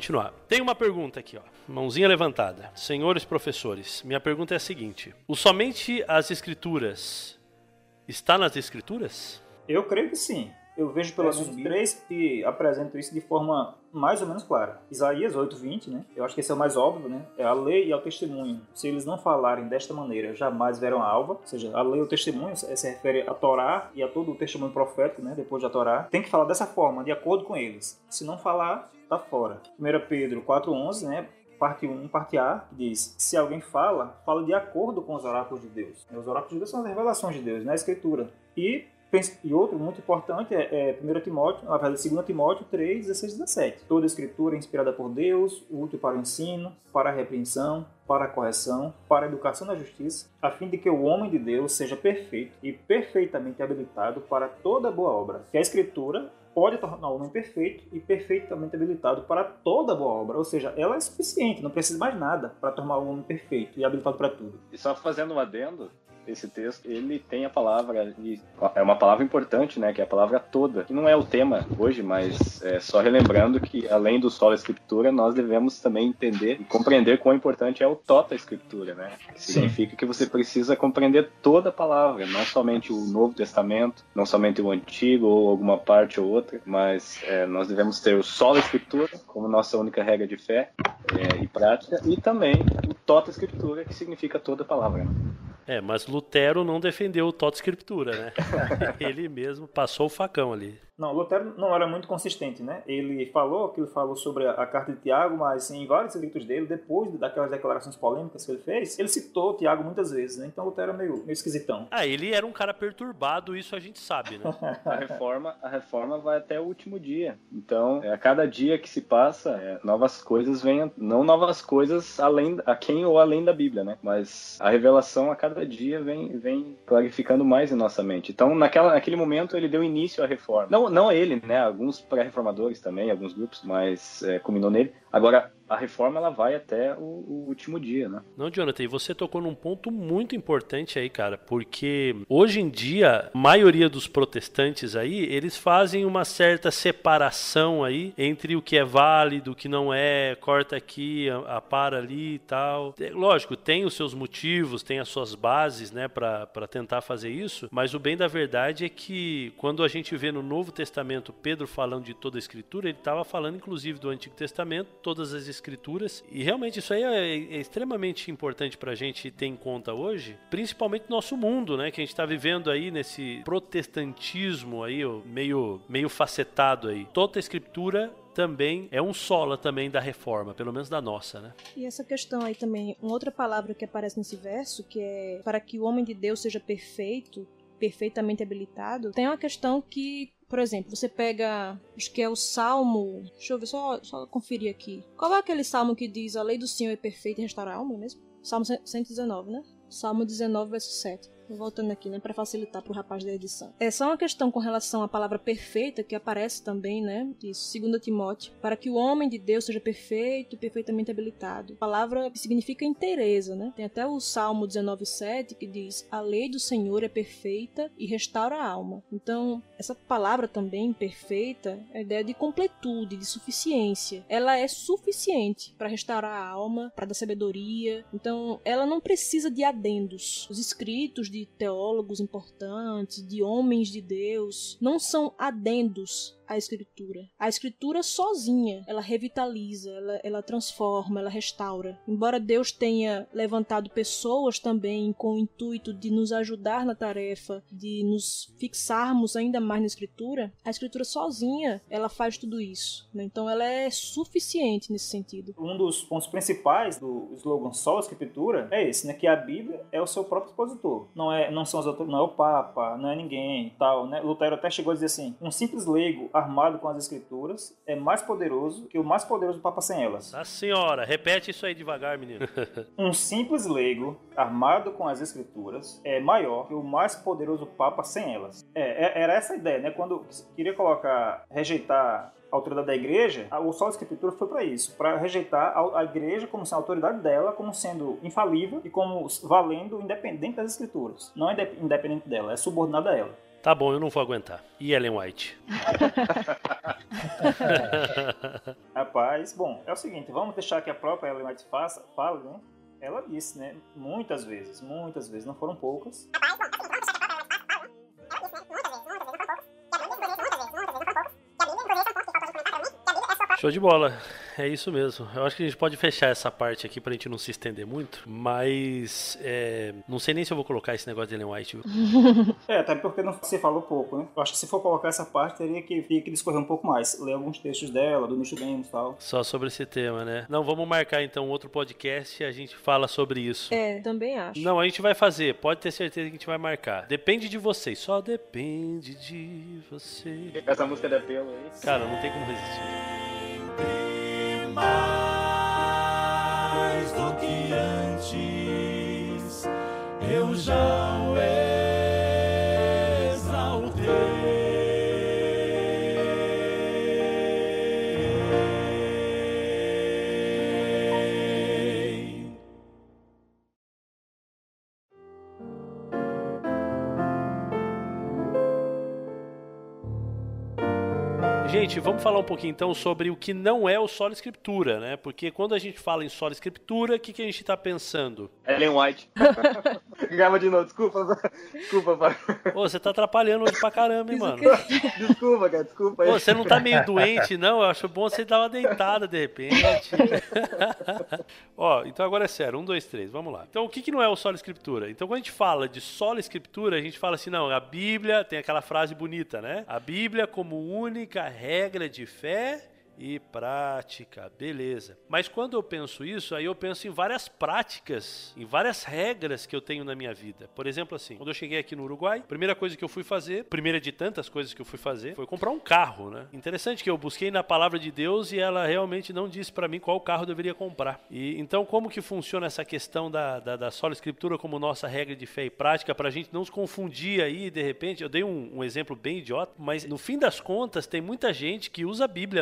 Tem uma pergunta aqui, ó. Mãozinha levantada. Senhores professores, minha pergunta é a seguinte: o somente as escrituras está nas escrituras? Eu creio que sim. Eu vejo pelo menos três que apresentam isso de forma mais ou menos clara. Isaías 8:20, né? Eu acho que esse é o mais óbvio, né? É a lei e ao testemunho. Se eles não falarem desta maneira, jamais verão a alva. Ou seja, a lei e o testemunho se refere à Torá e a todo o testemunho profético, né? Depois da Torá. Tem que falar dessa forma, de acordo com eles. Se não falar, tá fora. 1 Pedro 4:11, né? Parte 1, parte A, diz: se alguém fala de acordo com os oráculos de Deus. Os oráculos de Deus são as revelações de Deus, né? A Escritura. E outro muito importante é 2 Timóteo 3, 16 e 17. Toda a escritura é inspirada por Deus, útil para o ensino, para a repreensão, para a correção, para a educação na justiça, a fim de que o homem de Deus seja perfeito e perfeitamente habilitado para toda boa obra. Que a escritura pode tornar o homem perfeito e perfeitamente habilitado para toda boa obra. Ou seja, ela é suficiente, não precisa mais nada para tornar o homem perfeito e habilitado para tudo. E só fazendo um adendo, esse texto, ele tem a palavra, é uma palavra importante, né, que é a palavra toda, que não é o tema hoje, mas só relembrando que além do sola escritura, nós devemos também entender e compreender quão importante é o tota escritura, né, que significa que você precisa compreender toda a palavra, não somente o Novo Testamento, não somente o Antigo ou alguma parte ou outra, mas nós devemos ter o sola escritura como nossa única regra de fé e prática, e também o tota escritura, que significa toda a palavra. Mas Lutero não defendeu o tota escritura, né? Ele mesmo passou o facão ali. Não, Lutero não era muito consistente, né? Ele falou sobre a carta de Tiago, mas em vários escritos dele, depois daquelas declarações polêmicas que ele fez, ele citou Tiago muitas vezes, né? Então Lutero é meio esquisitão. Ele era um cara perturbado, isso a gente sabe, né? A reforma vai até o último dia. Então, a cada dia que se passa, novas coisas vêm, não novas coisas aquém ou além da Bíblia, né? Mas a revelação a cada dia vem clarificando mais em nossa mente. Então, naquele momento, ele deu início à reforma. Não a ele, né? Alguns pré-reformadores também, alguns grupos, mas culminou nele. Agora, a reforma ela vai até o último dia, né? Não, Jonathan, e você tocou num ponto muito importante aí, cara, porque hoje em dia, a maioria dos protestantes aí, eles fazem uma certa separação aí entre o que é válido, o que não é, corta aqui, apara ali e tal. Lógico, tem os seus motivos, tem as suas bases, né, pra tentar fazer isso, mas o bem da verdade é que quando a gente vê no Novo Testamento Pedro falando de toda a Escritura, ele estava falando inclusive do Antigo Testamento, todas as Escrituras, e realmente isso aí é extremamente importante pra gente ter em conta hoje, principalmente no nosso mundo, né, que a gente está vivendo aí nesse protestantismo aí, meio facetado aí. Toda a Escritura também é um sola também da reforma, pelo menos da nossa, né? E essa questão aí também, uma outra palavra que aparece nesse verso, que é para que o homem de Deus seja perfeito, perfeitamente habilitado, tem uma questão que, por exemplo, você pega, acho que é o Salmo, deixa eu ver, só conferir aqui. Qual é aquele Salmo que diz, a lei do Senhor é perfeita e restaura a alma mesmo? Salmo 119, né? Salmo 19, verso 7. Voltando aqui, né, para facilitar pro rapaz da edição. É só uma questão com relação à palavra perfeita, que aparece também, né, isso, 2 Timóteo, para que o homem de Deus seja perfeito e perfeitamente habilitado. A palavra que significa inteireza, né? Tem até o Salmo 19:7 que diz: a lei do Senhor é perfeita e restaura a alma. Então, essa palavra também, perfeita, é a ideia de completude, de suficiência. Ela é suficiente para restaurar a alma, para dar sabedoria. Então, ela não precisa de adendos. Os escritos de teólogos importantes, de homens de Deus, não são adendos à Escritura. A Escritura sozinha, ela revitaliza, ela transforma, ela restaura. Embora Deus tenha levantado pessoas também com o intuito de nos ajudar na tarefa, de nos fixarmos ainda mais na Escritura, a Escritura sozinha, ela faz tudo isso, né? Então ela é suficiente nesse sentido. Um dos pontos principais do slogan Só a Escritura é esse, né? Que a Bíblia é o seu próprio expositor. Não são as autoridades, não é o Papa, não é ninguém, tal, né? Lutero até chegou a dizer assim: um simples leigo armado com as Escrituras é mais poderoso que o mais poderoso Papa sem elas. A senhora, repete isso aí devagar, menino. Um simples leigo armado com as Escrituras é maior que o mais poderoso Papa sem elas. Era essa a ideia, né? Quando queria rejeitar a autoridade da igreja, o Só a Escritura foi para isso, para rejeitar a igreja como sendo a autoridade dela, como sendo infalível e como valendo independente das Escrituras. Não é independente dela, é subordinada a ela. Tá bom, eu não vou aguentar. E Ellen White? Rapaz, bom, é o seguinte, vamos deixar que a própria Ellen White fale, né? Ela disse, né? Muitas vezes, não foram poucas. Show de bola, é isso mesmo. Eu acho que a gente pode fechar essa parte aqui pra gente não se estender muito, mas não sei nem se eu vou colocar esse negócio de Ellen White. Até porque você falou pouco, né? Eu acho que se for colocar essa parte, teria que discorrer um pouco mais, ler alguns textos dela, do Nicodemus e tal. Só sobre esse tema, né? Não, vamos marcar então outro podcast e a gente fala sobre isso. Também acho. Não, a gente vai fazer, pode ter certeza que a gente vai marcar. Depende de vocês, só depende de você. Essa música de apelo aí. Cara, não tem como resistir. Mais do que antes eu já o exaltei. Gente, vamos falar um pouquinho então sobre o que não é o Sola Escritura, né? Porque quando a gente fala em Sola Escritura, o que a gente tá pensando? Ellen White. Grava de novo, desculpa, pai. Ô, você tá atrapalhando hoje pra caramba, hein, mano? Desculpa, cara, desculpa aí. Pô, você não tá meio doente, não? Eu acho bom você dar uma deitada de repente. Ó, então agora é sério, 1, 2, 3, vamos lá. Então o que não é o Sola Escritura? Então quando a gente fala de Sola Escritura, a gente fala assim, não, a Bíblia tem aquela frase bonita, né? A Bíblia como única regra de fé e prática, beleza. Mas quando eu penso isso, aí eu penso em várias práticas, em várias regras que eu tenho na minha vida. Por exemplo, assim, quando eu cheguei aqui no Uruguai, a primeira coisa que eu fui fazer, primeira de tantas coisas que eu fui fazer, foi comprar um carro, né? Interessante que eu busquei na palavra de Deus e ela realmente não disse pra mim qual carro eu deveria comprar. E então como que funciona essa questão da sola escritura como nossa regra de fé e prática, pra gente não se confundir aí, de repente, eu dei um exemplo bem idiota, mas no fim das contas tem muita gente que usa a Bíblia, não é verdade?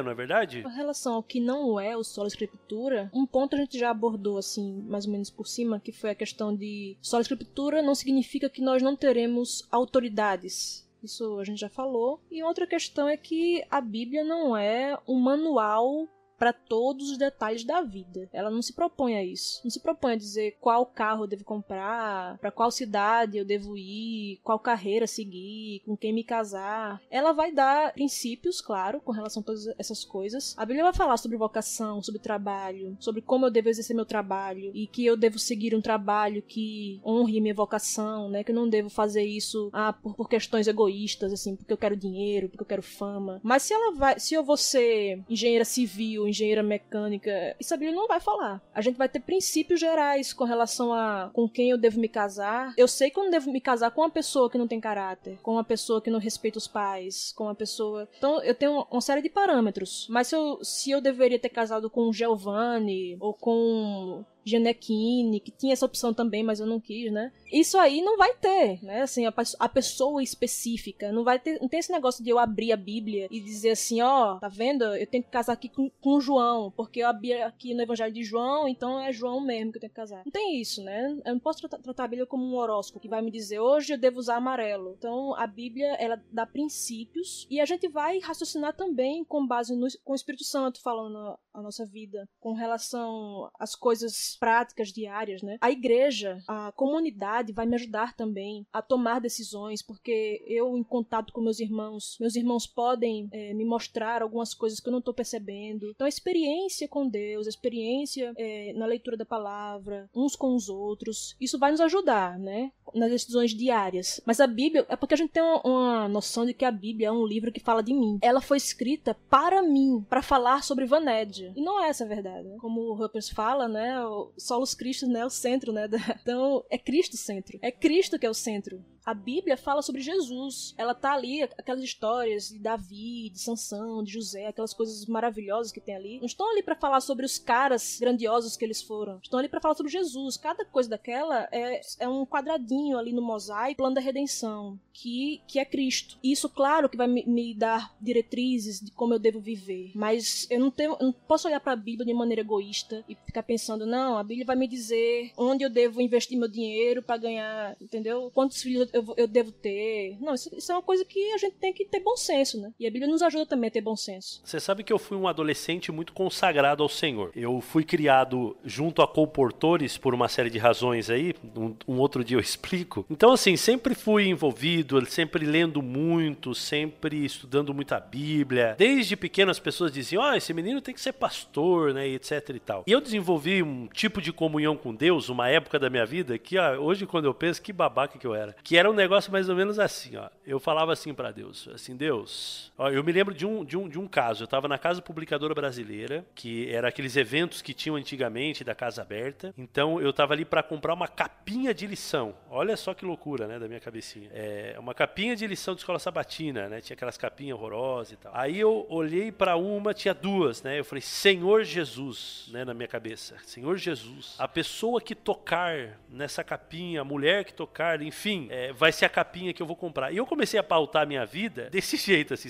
verdade? Com relação ao que não é o sola escritura, um ponto a gente já abordou, assim, mais ou menos por cima, que foi a questão de sola escritura não significa que nós não teremos autoridades. Isso a gente já falou. E outra questão é que a Bíblia não é um manual para todos os detalhes da vida. Ela não se propõe a isso. Não se propõe a dizer qual carro eu devo comprar, para qual cidade eu devo ir, qual carreira seguir, com quem me casar. Ela vai dar princípios, claro, com relação a todas essas coisas. A Bíblia vai falar sobre vocação, sobre trabalho, sobre como eu devo exercer meu trabalho e que eu devo seguir um trabalho que honre minha vocação, né? Que eu não devo fazer isso por questões egoístas, assim, porque eu quero dinheiro, porque eu quero fama. Mas se eu vou ser engenheira civil, engenheira mecânica, isso a Bíblia não vai falar. A gente vai ter princípios gerais com relação a com quem eu devo me casar. Eu sei que eu não devo me casar com uma pessoa que não tem caráter, com uma pessoa que não respeita os pais, com uma pessoa... Então, eu tenho uma série de parâmetros. Mas se eu deveria ter casado com Giovanni ou com Gianecchini, que tinha essa opção também, mas eu não quis, né? Isso aí não vai ter, né? Assim, a pessoa específica. Não tem esse negócio de eu abrir a Bíblia e dizer assim, ó, tá vendo? Eu tenho que casar aqui com João, porque eu abri aqui no Evangelho de João, então é João mesmo que eu tenho que casar. Não tem isso, né? Eu não posso tratar a Bíblia como um horóscopo, que vai me dizer, hoje eu devo usar amarelo. Então, a Bíblia, ela dá princípios, e a gente vai raciocinar também com base com o Espírito Santo falando a nossa vida, com relação às coisas práticas diárias, né? A igreja, a comunidade vai me ajudar também a tomar decisões, porque eu, em contato com meus irmãos podem me mostrar algumas coisas que eu não estou percebendo. Então, a experiência com Deus, a experiência na leitura da palavra, uns com os outros, isso vai nos ajudar, né? Nas decisões diárias. Mas a Bíblia, é porque a gente tem uma noção de que a Bíblia é um livro que fala de mim. Ela foi escrita para mim, para falar sobre Vanédia. E não é essa a verdade, né? Como o Ruppers fala, né? O Solus Christus, né? O centro, né? Então, é Cristo o centro. É Cristo que é o centro. A Bíblia fala sobre Jesus. Ela tá ali, aquelas histórias de Davi, de Sansão, de José, aquelas coisas maravilhosas que tem ali. Não estão ali para falar sobre os caras grandiosos que eles foram. Estão ali para falar sobre Jesus. Cada coisa daquela é um quadradinho ali no mosaico, plano da redenção, que é Cristo. E isso, claro, que vai me dar diretrizes de como eu devo viver. Mas eu não posso olhar para a Bíblia de maneira egoísta e ficar pensando, não, a Bíblia vai me dizer onde eu devo investir meu dinheiro para ganhar, entendeu? Quantos filhos eu devo ter. Não, isso é uma coisa que a gente tem que ter bom senso, né? E a Bíblia nos ajuda também a ter bom senso. Você sabe que eu fui um adolescente muito consagrado ao Senhor. Eu fui criado junto a colportores por uma série de razões aí, um outro dia eu explico. Então, assim, sempre fui envolvido, sempre lendo muito, sempre estudando muito a Bíblia. Desde pequeno as pessoas diziam, esse menino tem que ser pastor, né, e etc e tal. E eu desenvolvi um tipo de comunhão com Deus, uma época da minha vida, que hoje quando eu penso, que babaca que eu era. Que era um negócio mais ou menos assim, ó. Eu falava assim pra Deus, assim, Deus... Ó, eu me lembro de um caso, eu tava na Casa Publicadora Brasileira, que era aqueles eventos que tinham antigamente, da Casa Aberta. Então, eu tava ali pra comprar uma capinha de lição. Olha só que loucura, né, da minha cabecinha. Uma capinha de lição de escola sabatina, né, tinha aquelas capinhas horrorosas e tal. Aí eu olhei pra uma, tinha duas, né, eu falei, Senhor Jesus, né, na minha cabeça. Senhor Jesus, a pessoa que tocar nessa capinha, a mulher que tocar, enfim, vai ser a capinha que eu vou comprar. E eu comecei a pautar a minha vida desse jeito, assim,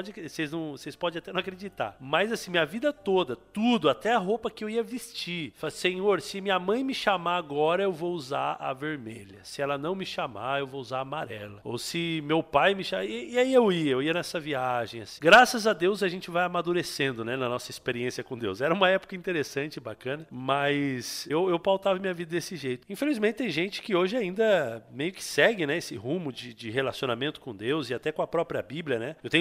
vocês podem até não acreditar. Mas assim, minha vida toda, tudo, até a roupa que eu ia vestir. Falei, Senhor, se minha mãe me chamar agora, eu vou usar a vermelha. Se ela não me chamar, eu vou usar a amarela. Ou se meu pai me chamar... E aí eu ia nessa viagem, assim. Graças a Deus a gente vai amadurecendo, né, na nossa experiência com Deus. Era uma época interessante, bacana, mas eu pautava minha vida desse jeito. Infelizmente tem gente que hoje ainda meio que segue, né, esse rumo de relacionamento com Deus e até com a própria Bíblia, né? Eu tenho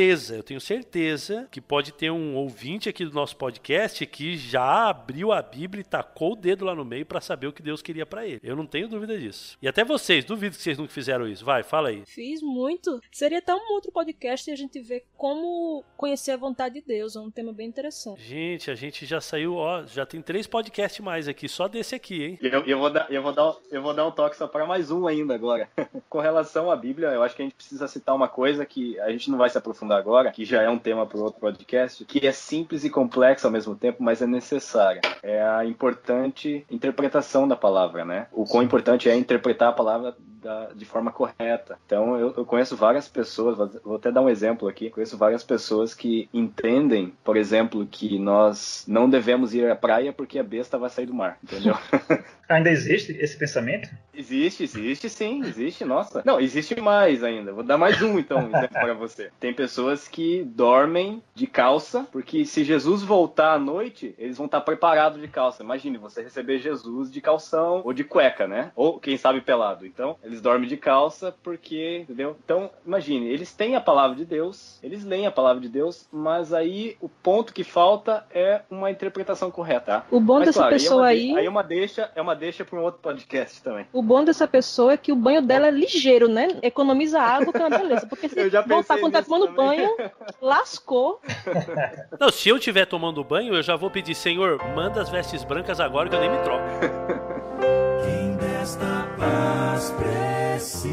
certeza que pode ter um ouvinte aqui do nosso podcast que já abriu a Bíblia e tacou o dedo lá no meio para saber o que Deus queria para ele. Eu não tenho dúvida disso. E até vocês, duvido que vocês nunca fizeram isso. Vai, fala aí. Fiz muito. Seria até um outro podcast e a gente vê como conhecer a vontade de Deus. É um tema bem interessante. Gente, a gente já saiu, já tem 3 podcasts mais aqui, só desse aqui, hein? Eu vou dar um toque só para mais um ainda agora. Com relação à Bíblia, eu acho que a gente precisa citar uma coisa que a gente não vai se aprofundar agora, que já é um tema para outro podcast, que é simples e complexa ao mesmo tempo, mas é necessária. É a importante interpretação da palavra, né? O quão importante é interpretar a palavra de forma correta. Então eu conheço várias pessoas, vou até dar um exemplo aqui, conheço várias pessoas que entendem, por exemplo, que nós não devemos ir à praia porque a besta vai sair do mar, entendeu? Ainda existe esse pensamento? Existe sim, existe, nossa. Não, existe mais ainda. Vou dar mais um, então, exemplo para você. Tem pessoas que dormem de calça, porque se Jesus voltar à noite, eles vão estar preparados de calça. Imagine, você receber Jesus de calção ou de cueca, né? Ou, quem sabe, pelado. Então, eles dormem de calça porque, entendeu? Então, imagine, eles têm a palavra de Deus, eles leem a palavra de Deus, mas aí o ponto que falta é uma interpretação correta, tá? O bom mas, dessa claro, pessoa aí é uma deixa para um outro podcast também. O bom dessa pessoa é que o banho dela é ligeiro, né? Economiza água, que é uma beleza. Porque se voltar quando tá tomando banho, lascou. Não, se eu estiver tomando banho, eu já vou pedir, Senhor, manda as vestes brancas agora que eu nem me troco. Quem desta paz precisa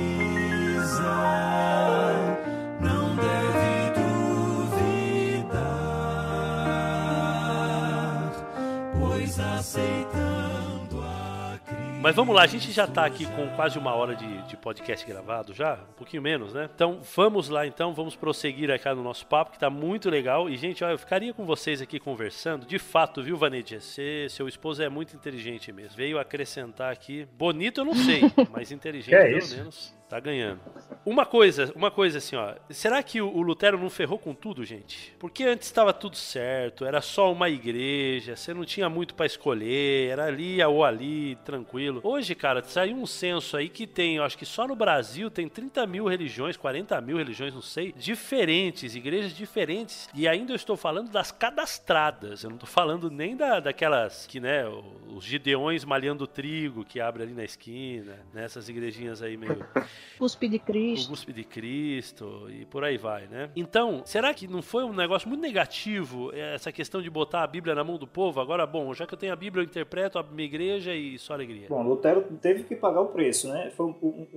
não deve duvidar, pois aceitando a Cristo. Mas vamos lá, a gente já tá aqui com quase 1 hora de podcast gravado já, um pouquinho menos, né? Então vamos lá então, vamos prosseguir aqui no nosso papo, que tá muito legal. E gente, ó, eu ficaria com vocês aqui conversando, de fato, viu, Vanedia? Seu esposo é muito inteligente mesmo. Veio acrescentar aqui, bonito eu não sei, mas inteligente pelo menos. Tá ganhando. Uma coisa assim, ó. Será que o Lutero não ferrou com tudo, gente? Porque antes estava tudo certo, era só uma igreja, você não tinha muito pra escolher, era ali ou ali, tranquilo. Hoje, cara, saiu um censo aí que tem, eu acho que só no Brasil tem 30 mil religiões, 40 mil religiões, não sei, diferentes, igrejas diferentes. E ainda eu estou falando das cadastradas, eu não tô falando nem daquelas que, né, os gideões malhando trigo que abre ali na esquina, né, essas igrejinhas aí meio... Cuspe de Cristo. O Cuspe de Cristo e por aí vai, né? Então, será que não foi um negócio muito negativo essa questão de botar a Bíblia na mão do povo? Agora, bom, já que eu tenho a Bíblia, eu interpreto a minha igreja e só alegria. Bom, Lutero teve que pagar o preço, né? Foi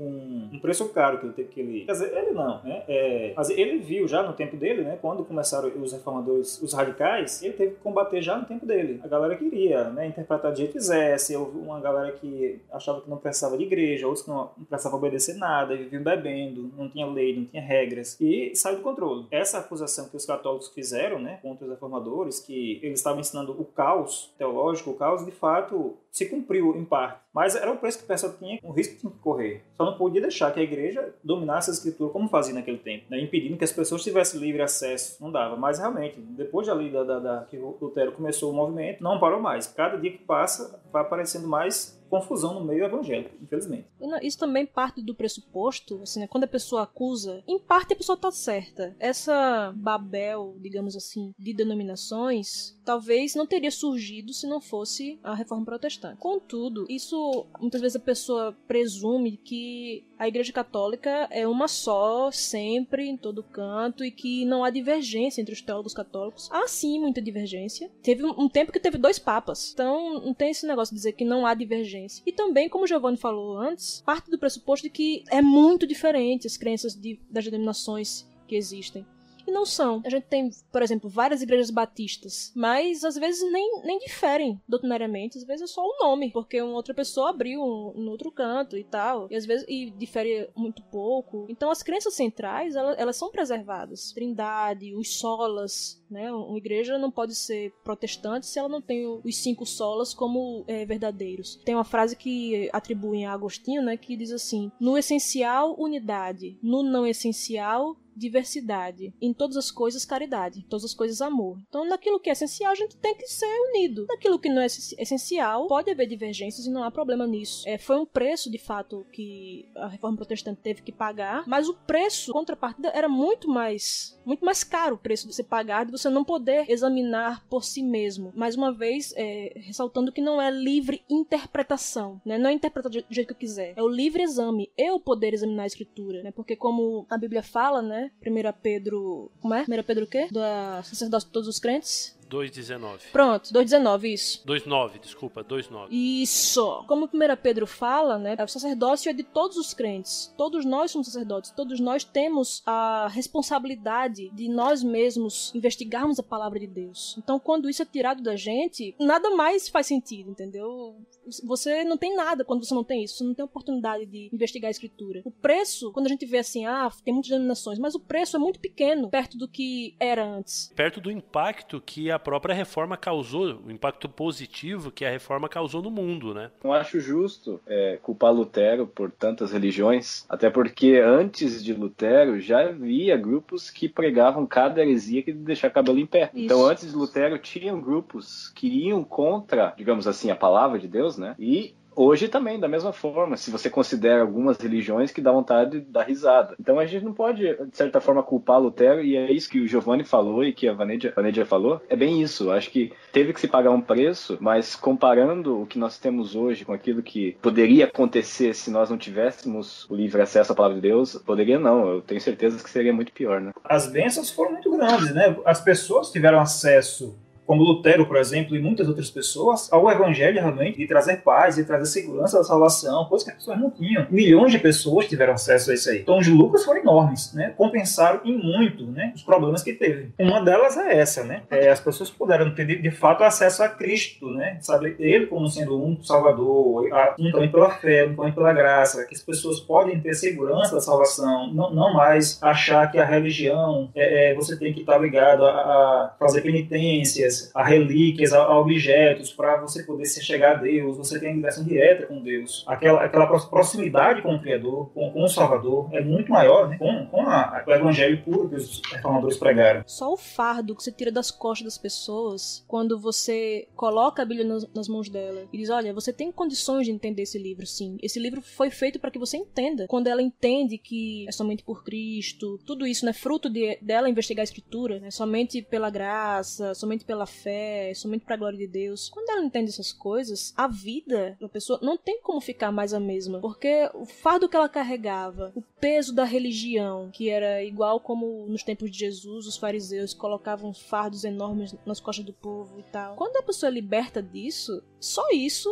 um preço caro que ele... Quer dizer, ele não, né? Mas ele viu já no tempo dele, né? Quando começaram os reformadores, os radicais, ele teve que combater já no tempo dele. A galera queria, né, interpretar de jeito que quisesse. Houve uma galera que achava que não precisava de igreja, outros que não precisavam obedecer nada, viviam bebendo, não tinha lei, não tinha regras, e saiu do controle. Essa acusação que os católicos fizeram, né, contra os reformadores, que eles estavam ensinando o caos teológico, o caos de fato se cumpriu em parte, mas era o preço que o pessoal tinha, um risco que tinha que correr. Só não podia deixar que a igreja dominasse a escritura como fazia naquele tempo, né, impedindo que as pessoas tivessem livre acesso, não dava. Mas realmente, depois ali que o Lutero começou o movimento, não parou mais. Cada dia que passa, vai aparecendo mais confusão no meio evangélico, infelizmente. Isso também parte do pressuposto, assim, né? Quando a pessoa acusa, em parte a pessoa tá certa. Essa Babel, digamos assim, de denominações, talvez não teria surgido se não fosse a Reforma Protestante. Contudo, isso, muitas vezes a pessoa presume que a Igreja Católica é uma só, sempre, em todo canto, e que não há divergência entre os teólogos católicos. Há sim muita divergência. Teve um tempo que teve 2 papas. Então, não tem esse negócio de dizer que não há divergência. E também, como o Giovanni falou antes, parte do pressuposto de que é muito diferente as crenças das denominações que existem. E não são. A gente tem, por exemplo, várias igrejas batistas, mas às vezes nem diferem doutrinariamente, às vezes é só o nome, porque uma outra pessoa abriu no outro canto e tal, e às vezes difere muito pouco. Então as crenças centrais, elas são preservadas. Trindade, os solas, né? Uma igreja não pode ser protestante se ela não tem os 5 solas como verdadeiros. Tem uma frase que atribuem a Agostinho, né, que diz assim: no essencial, unidade, no não essencial, diversidade, em todas as coisas caridade, em todas as coisas amor. Então, naquilo que é essencial, a gente tem que ser unido. Naquilo que não é essencial, pode haver divergências e não há problema nisso. Foi um preço, de fato, que a Reforma Protestante teve que pagar, mas o preço, contrapartida, era muito mais caro o preço de você pagar, de você não poder examinar por si mesmo. Mais uma vez, ressaltando que não é livre interpretação, né? Não é interpretar do jeito que eu quiser. É o livre exame, eu poder examinar a Escritura, né? Porque como a Bíblia fala, né? 1 Pedro... Como é? 1 Pedro o quê? Da sacerdócio de todos os crentes. 2,19. Pronto, 2,19, isso. 2,9, desculpa, 2,9. Isso! Como 1 Pedro fala, né, o sacerdócio é de todos os crentes. Todos nós somos sacerdotes. Todos nós temos a responsabilidade de nós mesmos investigarmos a palavra de Deus. Então, quando isso é tirado da gente, nada mais faz sentido, entendeu? Você não tem nada quando você não tem isso. Você não tem oportunidade de investigar a Escritura. O preço, quando a gente vê assim, tem muitas denominações, mas o preço é muito pequeno perto do que era antes. Perto do impacto que a própria reforma causou, o impacto positivo que a reforma causou no mundo, né? Não acho justo culpar Lutero por tantas religiões, até porque antes de Lutero já havia grupos que pregavam cada heresia que deixar cabelo em pé. Isso. Então antes de Lutero tinham grupos que iam contra, digamos assim, a palavra de Deus, né? E hoje também, da mesma forma, se você considera algumas religiões que dá vontade de dar risada. Então a gente não pode, de certa forma, culpar Lutero, e é isso que o Giovanni falou e que a Vanedia falou. É bem isso. Acho que teve que se pagar um preço, mas comparando o que nós temos hoje com aquilo que poderia acontecer se nós não tivéssemos o livre acesso à palavra de Deus, poderia não. Eu tenho certeza que seria muito pior, né? As bênçãos foram muito grandes, né? As pessoas tiveram acesso, como Lutero, por exemplo, e muitas outras pessoas, ao evangelho realmente, de trazer paz, de trazer segurança da salvação, coisa que as pessoas não tinham. Milhões de pessoas tiveram acesso a isso aí. Então os lucros foram enormes, né? Compensaram em muito, né, os problemas que teve. Uma delas é essa, né? As pessoas puderam ter, de fato, acesso a Cristo, né? Sabe, ele como sendo um Salvador, um também pela fé, um também pela graça, que as pessoas podem ter segurança da salvação, não mais achar que a religião, você tem que estar ligado a fazer penitências, a relíquias, a objetos, para você poder se chegar a Deus. Você tem a ligação direta com Deus. Aquela proximidade com o Criador, com o Salvador, é muito maior, né? com o evangelho puro que os reformadores pregaram. Só o fardo que você tira das costas das pessoas quando você coloca a Bíblia nas mãos dela e diz, olha, você tem condições de entender esse livro, sim. Esse livro foi feito para que você entenda. Quando ela entende que é somente por Cristo, tudo isso, né, fruto dela investigar a Escritura, né, somente pela graça, somente pela fé, somente para a glória de Deus. Quando ela entende essas coisas, a vida da pessoa não tem como ficar mais a mesma, porque o fardo que ela carregava, o peso da religião, que era igual como nos tempos de Jesus, os fariseus colocavam fardos enormes nas costas do povo e tal. Quando a pessoa é liberta disso, só isso,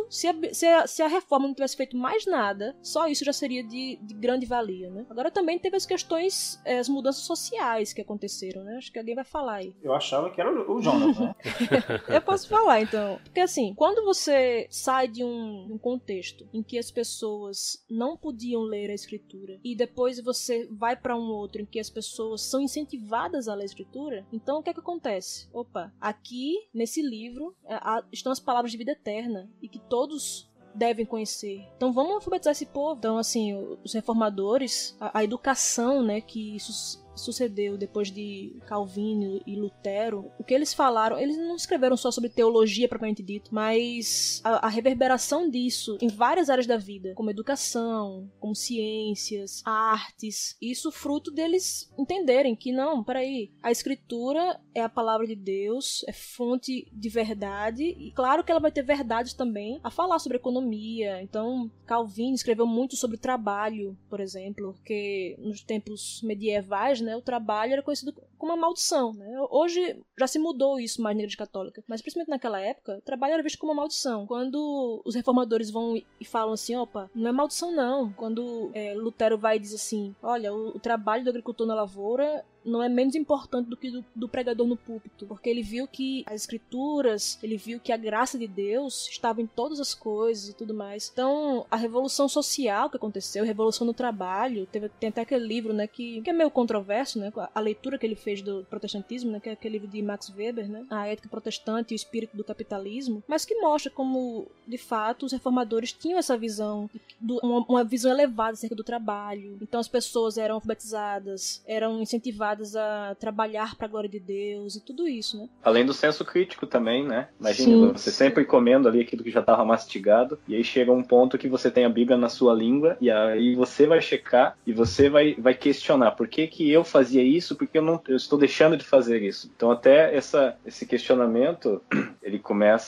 se a reforma não tivesse feito mais nada, só isso já seria de grande valia, né? Agora também teve as questões, as mudanças sociais que aconteceram, né? Acho que alguém vai falar aí. Eu achava que era o Jonas, né? Eu posso falar, então. Porque assim, quando você sai de um contexto em que as pessoas não podiam ler a Escritura e depois você vai para um outro em que as pessoas são incentivadas a ler a Escritura, então o que é que acontece? Opa, aqui nesse livro estão as palavras de vida eterna e que todos devem conhecer. Então vamos alfabetizar esse povo. Então assim, os reformadores, a educação, né, que isso sucedeu depois de Calvino e Lutero, o que eles falaram, eles não escreveram só sobre teologia propriamente dito, mas a reverberação disso em várias áreas da vida, como educação, como ciências, artes, isso fruto deles entenderem que não, peraí, a Escritura é a palavra de Deus, é fonte de verdade, e claro que ela vai ter verdades também a falar sobre economia. Então Calvino escreveu muito sobre trabalho, por exemplo, porque nos tempos medievais, né, o trabalho era conhecido como uma maldição, né? Hoje já se mudou isso mais na Igreja Católica, mas principalmente naquela época, o trabalho era visto como uma maldição. Quando os reformadores vão e falam assim, opa, não é maldição não. Quando Lutero vai e diz assim, olha, o trabalho do agricultor na lavoura não é menos importante do que do pregador no púlpito, porque ele viu que as Escrituras, ele viu que a graça de Deus estava em todas as coisas e tudo mais. Então, a revolução social que aconteceu, a revolução no trabalho, tem até aquele livro, né, que é meio controverso, né, a leitura que ele fez do protestantismo, né, que é aquele livro de Max Weber, né, A Ética Protestante e o Espírito do Capitalismo, mas que mostra como, de fato, os reformadores tinham essa visão, uma visão elevada acerca do trabalho. Então, as pessoas eram alfabetizadas, eram incentivadas a trabalhar para a glória de Deus e tudo isso, né? Além do senso crítico também, né? Imagina, você sempre comendo ali aquilo que já estava mastigado, e aí chega um ponto que você tem a Bíblia na sua língua, e aí você vai checar e você vai questionar por que eu fazia isso, porque eu estou deixando de fazer isso. Então até esse questionamento, ele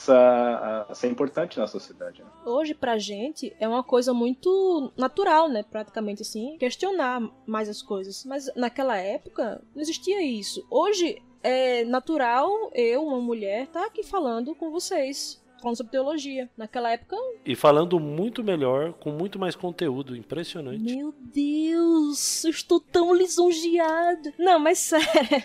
começa a ser importante na sociedade, né? Hoje pra gente é uma coisa muito natural, né? Praticamente assim, questionar mais as coisas. Mas naquela época não existia isso. Hoje é natural eu, uma mulher, estar aqui falando com vocês, falando sobre teologia. Naquela época... E falando muito melhor, com muito mais conteúdo, impressionante. Meu Deus, eu estou tão lisonjeada. Não, mas sério,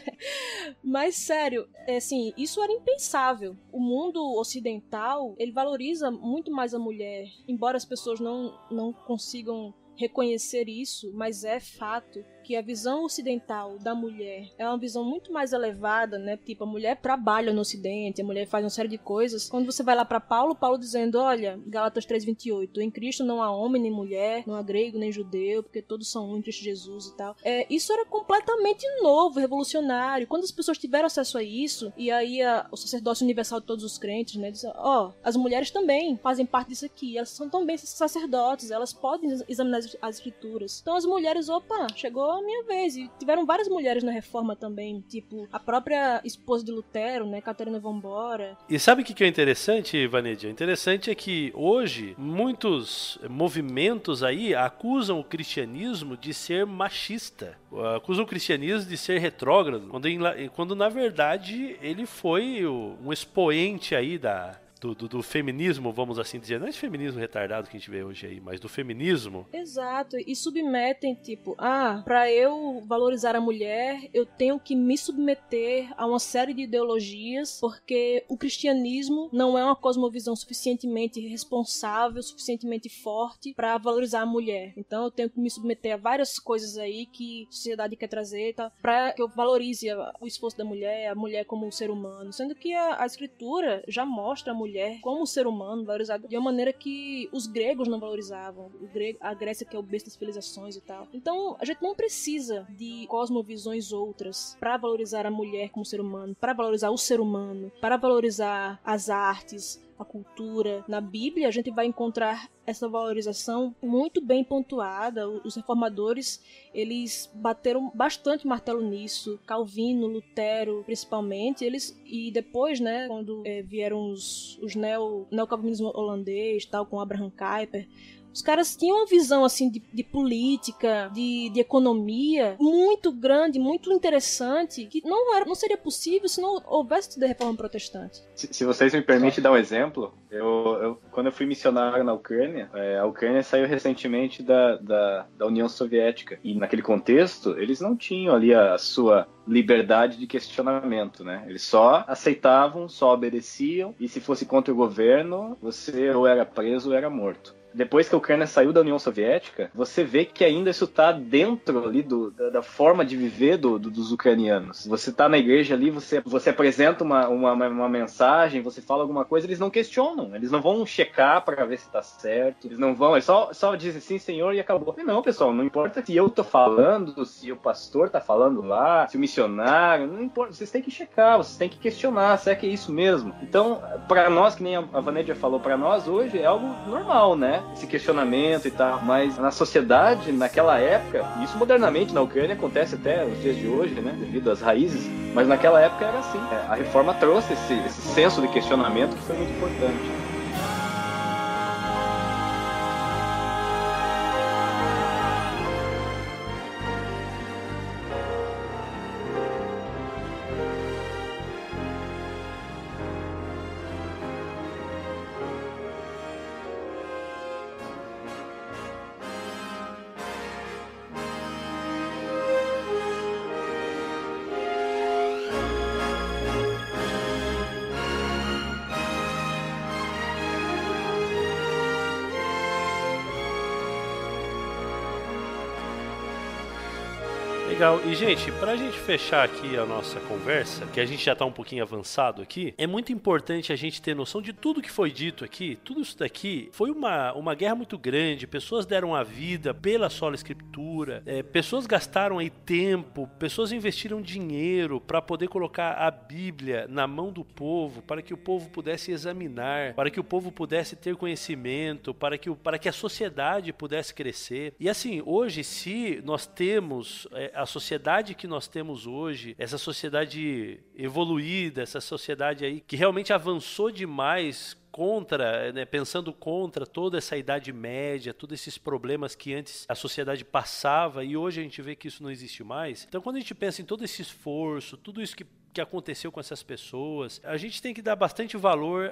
assim, isso era impensável. O mundo ocidental, ele valoriza muito mais a mulher, embora as pessoas não consigam reconhecer isso, mas é fato que a visão ocidental da mulher é uma visão muito mais elevada, né? Tipo, a mulher trabalha no ocidente, a mulher faz uma série de coisas. Quando você vai lá para Paulo dizendo, olha, Gálatas 3:28, em Cristo não há homem nem mulher, não há grego nem judeu, porque todos são um em Cristo Jesus e tal. Isso era completamente novo, revolucionário. Quando as pessoas tiveram acesso a isso, e aí o sacerdócio universal de todos os crentes, né? Diz, as mulheres também fazem parte disso aqui, elas são também sacerdotes, elas podem examinar as escrituras. Então as mulheres, chegou a minha vez. E tiveram várias mulheres na reforma também, tipo a própria esposa de Lutero, né, Catarina Vambora. E sabe o que é interessante, Vanedia? O interessante é que hoje muitos movimentos aí acusam o cristianismo de ser machista, acusam o cristianismo de ser retrógrado, quando na verdade ele foi um expoente aí do feminismo, vamos assim dizer. Não é esse feminismo retardado que a gente vê hoje aí, mas do feminismo. Exato, e submetem, tipo, pra eu valorizar a mulher, eu tenho que me submeter a uma série de ideologias, porque o cristianismo não é uma cosmovisão suficientemente responsável, suficientemente forte pra valorizar a mulher. Então eu tenho que me submeter a várias coisas aí que a sociedade quer trazer, tá, pra que eu valorize o esforço da mulher, a mulher como um ser humano. Sendo que a escritura já mostra a mulher como ser humano, valorizado de uma maneira que os gregos não valorizavam. A Grécia, que é o berço das civilizações e tal. Então, a gente não precisa de cosmovisões outras para valorizar a mulher como ser humano, para valorizar o ser humano, para valorizar as artes, a cultura. Na Bíblia, a gente vai encontrar essa valorização muito bem pontuada. Os reformadores, eles bateram bastante martelo nisso. Calvino, Lutero, principalmente. E depois, né, quando vieram os neocalvinismo holandês, tal, com Abraham Kuyper, os caras tinham uma visão assim de política, de economia muito grande, muito interessante, que não seria possível se não houvesse tido a reforma protestante. Se vocês me permitem dar um exemplo, quando eu fui missionário na Ucrânia, a Ucrânia saiu recentemente da União Soviética, e naquele contexto eles não tinham ali a sua liberdade de questionamento, né? Eles só aceitavam, só obedeciam, e se fosse contra o governo, você ou era preso ou era morto. Depois que a Ucrânia saiu da União Soviética, você vê que ainda isso está dentro ali da forma de viver dos ucranianos. Você está na igreja ali, você apresenta uma mensagem, você fala alguma coisa, eles não questionam, eles não vão checar para ver se está certo, eles não vão, eles só dizem sim, senhor, e acabou. E não, pessoal, não importa se eu estou falando, se o pastor está falando lá, se o missionário, não importa, vocês têm que checar, vocês têm que questionar, será que é isso mesmo? Então, para nós, que nem a Vanedia falou, para nós hoje é algo normal, né? Esse questionamento e tal, mas na sociedade, naquela época, e isso modernamente na Ucrânia acontece até os dias de hoje, né, devido às raízes, mas naquela época era assim. A reforma trouxe esse senso de questionamento que foi muito importante. Legal. E, gente, pra gente fechar aqui a nossa conversa, que a gente já tá um pouquinho avançado aqui, é muito importante a gente ter noção de tudo que foi dito aqui. Tudo isso daqui foi uma guerra muito grande, pessoas deram a vida pela sola escritura, pessoas gastaram aí tempo, pessoas investiram dinheiro para poder colocar a Bíblia na mão do povo, para que o povo pudesse examinar, para que o povo pudesse ter conhecimento, para que a sociedade pudesse crescer. E assim, hoje, se nós temos a sociedade que nós temos hoje, essa sociedade evoluída, essa sociedade aí que realmente avançou demais contra, né, pensando contra toda essa Idade Média, todos esses problemas que antes a sociedade passava, e hoje a gente vê que isso não existe mais. Então, quando a gente pensa em todo esse esforço, tudo isso que que aconteceu com essas pessoas. A gente tem que dar bastante valor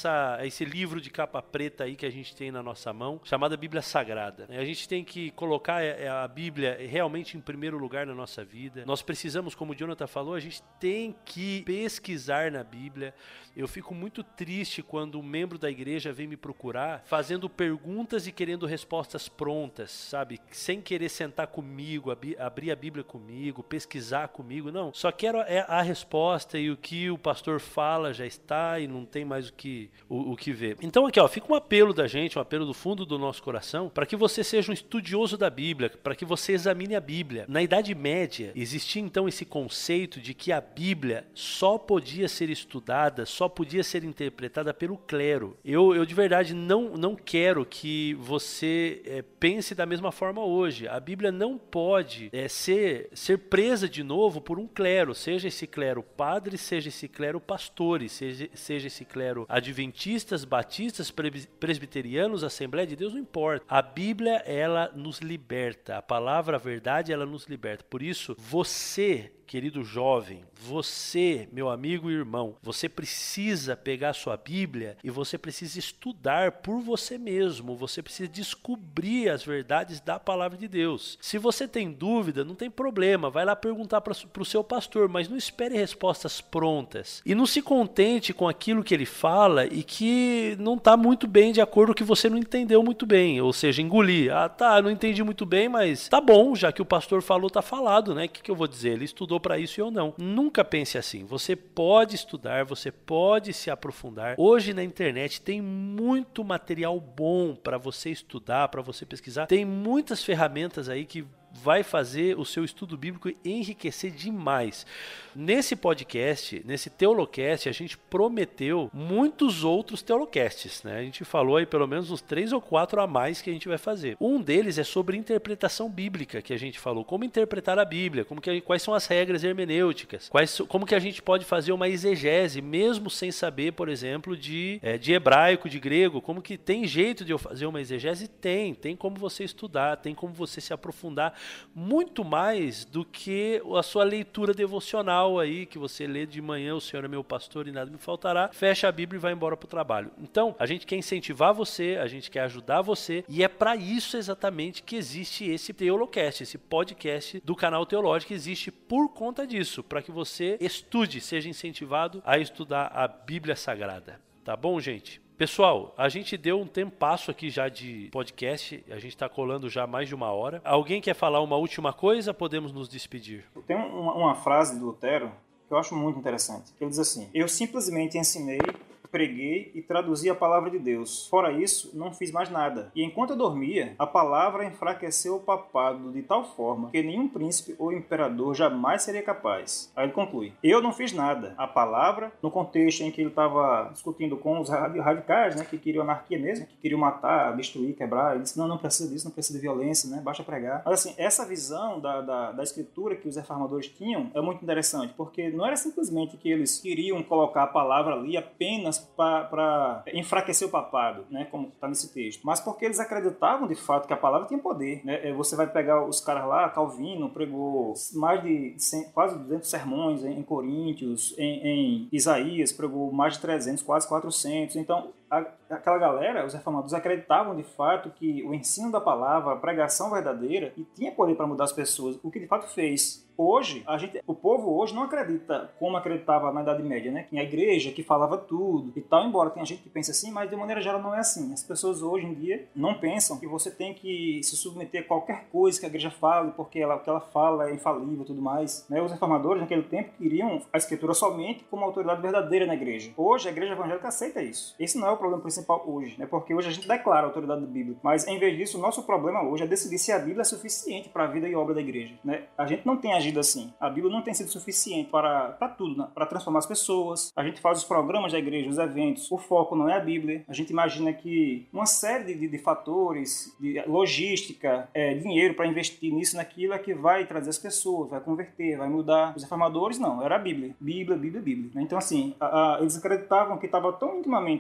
a esse livro de capa preta aí que a gente tem na nossa mão, chamada Bíblia Sagrada. A gente tem que colocar a Bíblia realmente em primeiro lugar na nossa vida. Nós precisamos, como o Jonathan falou, a gente tem que pesquisar na Bíblia. Eu fico muito triste quando um membro da igreja vem me procurar fazendo perguntas e querendo respostas prontas, sabe? Sem querer sentar comigo, abrir a Bíblia comigo, pesquisar comigo. Não, só quero a resposta e o que o pastor fala já está e não tem mais o que ver. Então aqui, ó, fica um apelo da gente, um apelo do fundo do nosso coração, para que você seja um estudioso da Bíblia, para que você examine a Bíblia. Na Idade Média, existia então esse conceito de que a Bíblia só podia ser estudada, só podia ser interpretada pelo clero. Eu de verdade não quero que você pense da mesma forma hoje. A Bíblia não pode ser presa de novo por um clero, seja esse clero padre, seja esse clero pastores, seja esse clero adventistas, batistas, presbiterianos, Assembleia de Deus, não importa. A Bíblia, ela nos liberta. A palavra, a verdade, ela nos liberta. Por isso, você, querido jovem, você, meu amigo e irmão, você precisa pegar a sua Bíblia e você precisa estudar por você mesmo, você precisa descobrir as verdades da palavra de Deus. Se você tem dúvida, não tem problema, vai lá perguntar para o seu pastor, mas não espere respostas prontas. E não se contente com aquilo que ele fala e que não está muito bem de acordo com o que você não entendeu muito bem, ou seja, engolir. Ah, tá, não entendi muito bem, mas tá bom, já que o pastor falou, tá falado, né? O que eu vou dizer? Ele estudou para isso e eu não. Nunca pense assim. Você pode estudar, você pode se aprofundar. Hoje na internet tem muito material bom para você estudar, para você pesquisar. Tem muitas ferramentas aí que vai fazer o seu estudo bíblico enriquecer demais. Nesse podcast, nesse Teolocast, a gente prometeu muitos outros Teolocasts, né? A gente falou aí pelo menos uns 3 ou 4 a mais que a gente vai fazer. Um deles é sobre interpretação bíblica, que a gente falou, como interpretar a Bíblia, quais são as regras hermenêuticas, como que a gente pode fazer uma exegese, mesmo sem saber, por exemplo, de hebraico, de grego, como que tem jeito de eu fazer uma exegese? Tem como você estudar, tem como você se aprofundar muito mais do que a sua leitura devocional aí, que você lê de manhã, o Senhor é meu pastor e nada me faltará, fecha a Bíblia e vai embora para o trabalho. Então, a gente quer incentivar você, a gente quer ajudar você, e é para isso exatamente que existe esse Teolocast, esse podcast do canal Teológico, existe por conta disso, para que você estude, seja incentivado a estudar a Bíblia Sagrada. Tá bom, gente? Pessoal, a gente deu um tempasso aqui já de podcast, a gente está colando já mais de 1 hora. Alguém quer falar uma última coisa? Podemos nos despedir. Tem uma frase do Lutero que eu acho muito interessante, que ele diz assim: eu simplesmente ensinei, preguei e traduzi a palavra de Deus. Fora isso, não fiz mais nada. E enquanto eu dormia, a palavra enfraqueceu o papado de tal forma que nenhum príncipe ou imperador jamais seria capaz. Aí ele conclui: eu não fiz nada. A palavra, no contexto em que ele estava discutindo com os radicais, né, que queriam anarquia mesmo, que queriam matar, destruir, quebrar, ele disse: não precisa disso, não precisa de violência, né, basta pregar. Mas assim, essa visão da escritura que os reformadores tinham é muito interessante, porque não era simplesmente que eles queriam colocar a palavra ali apenas para enfraquecer o papado, né, como está nesse texto, mas porque eles acreditavam de fato que a palavra tinha poder, né? Você vai pegar os caras lá, Calvino pregou mais de 100, quase 200 sermões em Coríntios, em Isaías pregou mais de 300, quase 400. Então aquela galera, os reformadores, acreditavam de fato que o ensino da palavra, a pregação verdadeira, e tinha poder para mudar as pessoas, o que de fato fez. Hoje, o povo hoje não acredita como acreditava na Idade Média, né? Que a igreja que falava tudo e tal, embora tenha gente que pense assim, mas de maneira geral não é assim. As pessoas hoje em dia não pensam que você tem que se submeter a qualquer coisa que a igreja fale, porque o que ela fala é infalível e tudo mais, né? Os reformadores naquele tempo queriam a escritura somente como autoridade verdadeira na igreja. Hoje a igreja evangélica aceita isso. Esse não é o problema principal hoje, né? Porque hoje a gente declara a autoridade bíblica, mas em vez disso, o nosso problema hoje é decidir se a Bíblia é suficiente para a vida e obra da igreja, né? A gente não tem agido assim. A Bíblia não tem sido suficiente para tudo, né? Para transformar as pessoas. A gente faz os programas da igreja, os eventos, o foco não é a Bíblia. A gente imagina que uma série de fatores, de logística, dinheiro para investir nisso, naquilo, é que vai trazer as pessoas, vai converter, vai mudar. Os reformadores não, era a Bíblia. Bíblia. Então assim, eles acreditavam que estava tão intimamente conectado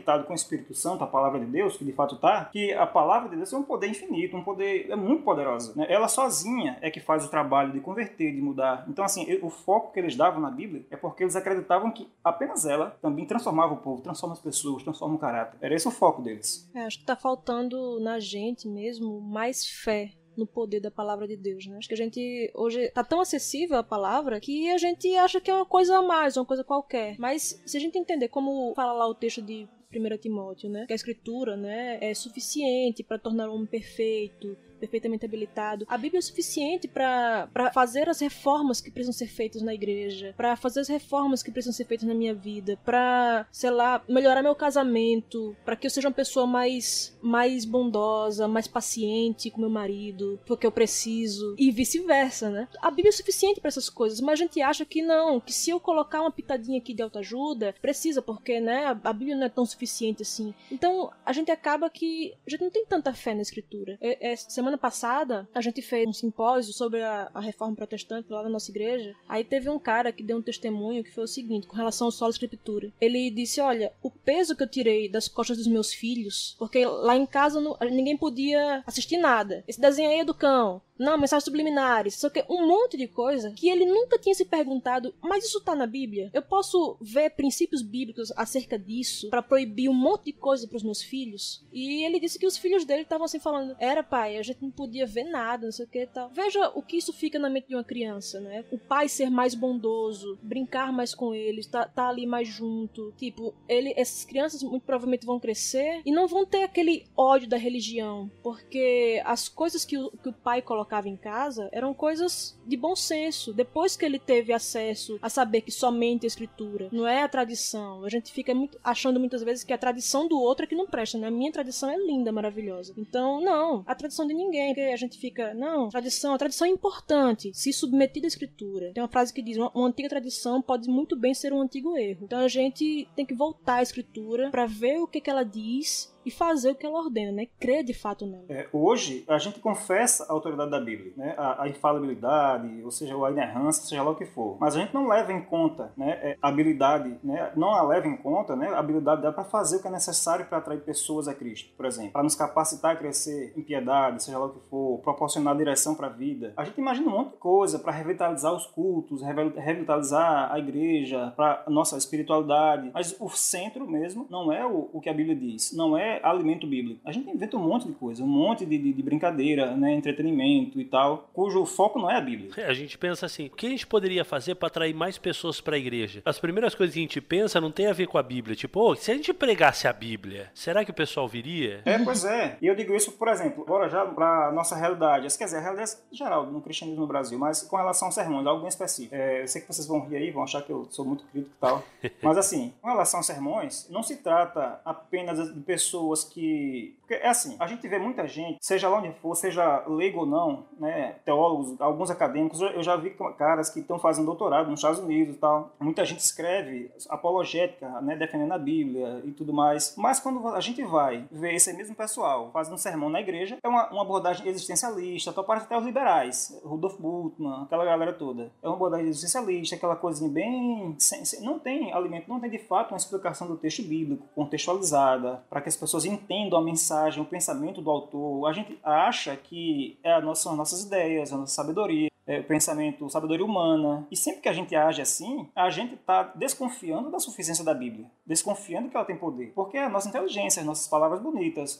conectado com o Espírito Santo, a palavra de Deus, que de fato está, que a palavra de Deus é um poder infinito, um poder, é muito poderosa, né? Ela sozinha é que faz o trabalho de converter, de mudar. Então, assim, o foco que eles davam na Bíblia é porque eles acreditavam que apenas ela também transformava o povo, transforma as pessoas, transforma o caráter. Era esse o foco deles. Acho que tá faltando na gente mesmo mais fé no poder da palavra de Deus, né? Acho que a gente hoje tá tão acessível a palavra que a gente acha que é uma coisa a mais, uma coisa qualquer. Mas se a gente entender como fala lá o texto de 1 Timóteo, né? Que a escritura, né, é suficiente para tornar o homem perfeito, perfeitamente habilitado. A Bíblia é suficiente para fazer as reformas que precisam ser feitas na igreja, para fazer as reformas que precisam ser feitas na minha vida, para, sei lá, melhorar meu casamento, para que eu seja uma pessoa mais bondosa, mais paciente com meu marido, porque eu preciso, e vice-versa, né? A Bíblia é suficiente para essas coisas, mas a gente acha que não, que se eu colocar uma pitadinha aqui de autoajuda, precisa, porque, né, a Bíblia não é tão suficiente assim. Então, a gente acaba que a gente não tem tanta fé na escritura. Semana passada, a gente fez um simpósio sobre a reforma protestante lá na nossa igreja. Aí teve um cara que deu um testemunho que foi o seguinte, com relação ao solo escritura. Ele disse, olha, o peso que eu tirei das costas dos meus filhos, porque lá em casa ninguém podia assistir nada. Esse desenho aí é do cão. Não, mensagens subliminares, só que um monte de coisa que ele nunca tinha se perguntado, mas isso tá na Bíblia? Eu posso ver princípios bíblicos acerca disso pra proibir um monte de coisa pros meus filhos? E ele disse que os filhos dele estavam assim falando, era pai, a gente não podia ver nada, não sei o que e tal. Veja o que isso fica na mente de uma criança, né? O pai ser mais bondoso, brincar mais com eles, tá ali mais junto. Tipo, essas crianças muito provavelmente vão crescer e não vão ter aquele ódio da religião, porque as coisas que o pai colocava em casa eram coisas de bom senso. Depois que ele teve acesso a saber que somente a escritura, não é a tradição. A gente fica achando muitas vezes que a tradição do outro é que não presta, né? A minha tradição é linda, maravilhosa. Então, não, a tradição de ninguém. Porque a gente fica, não, a tradição é importante, se submetida à escritura. Tem uma frase que diz, uma antiga tradição pode muito bem ser um antigo erro. Então a gente tem que voltar à escritura para ver o que ela diz e fazer o que ela ordena, né? Crer de fato nela. Hoje, a gente confessa a autoridade da Bíblia, né? A infalibilidade, ou seja, a inerrância, seja lá o que for. Mas a gente não leva em conta, né, a habilidade, né? Não a leva em conta, né, a habilidade dela para fazer o que é necessário para atrair pessoas a Cristo, por exemplo. Para nos capacitar a crescer em piedade, seja lá o que for, proporcionar direção para a vida. A gente imagina um monte de coisa para revitalizar os cultos, revitalizar a igreja, para a nossa espiritualidade. Mas o centro mesmo não é o que a Bíblia diz, não é alimento bíblico. A gente inventa um monte de coisa, um monte de brincadeira, né, entretenimento e tal, cujo foco não é a Bíblia. A gente pensa assim, o que a gente poderia fazer para atrair mais pessoas para a igreja? As primeiras coisas que a gente pensa não tem a ver com a Bíblia. Tipo, se a gente pregasse a Bíblia, será que o pessoal viria? Pois é. E eu digo isso, por exemplo, agora já para nossa realidade, quer dizer, a realidade geral no cristianismo no Brasil, mas com relação aos sermões, algo bem específico. Eu sei que vocês vão rir aí, vão achar que eu sou muito crítico e tal, mas assim, com relação aos sermões, não se trata apenas de pessoas que... Porque é assim, a gente vê muita gente, seja lá onde for, seja leigo ou não, né, teólogos, alguns acadêmicos, eu já vi caras que estão fazendo doutorado nos Estados Unidos e tal. Muita gente escreve apologética, né, defendendo a Bíblia e tudo mais. Mas quando a gente vai ver esse mesmo pessoal fazendo um sermão na igreja, é uma abordagem existencialista, parece até os liberais, Rudolf Bultmann, aquela galera toda. É uma abordagem existencialista, aquela coisinha bem... não tem alimento, não tem de fato uma explicação do texto bíblico contextualizada, para que as pessoas entendam a mensagem, o pensamento do autor. A gente acha que são as nossas ideias, a nossa sabedoria, o pensamento, sabedoria humana. E sempre que a gente age assim, a gente está desconfiando da suficiência da Bíblia, desconfiando que ela tem poder. Porque a nossa inteligência, as nossas palavras bonitas,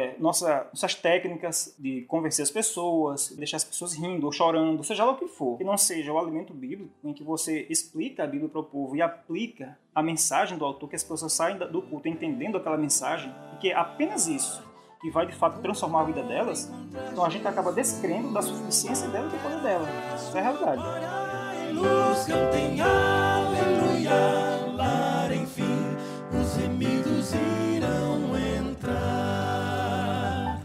nossas técnicas de convencer as pessoas, deixar as pessoas rindo ou chorando, seja lá o que for, que não seja o alimento bíblico, em que você explica a Bíblia para o povo e aplica a mensagem do autor, que as pessoas saem do culto entendendo aquela mensagem, e que é apenas isso que vai de fato transformar a vida delas. Então a gente acaba descrendo da suficiência dela e do poder dela. Isso é a realidade. Luz, cantem aleluia, lar, enfim, os remidos irão entrar.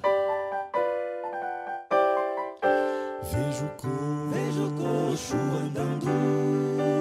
Vejo o coxo andando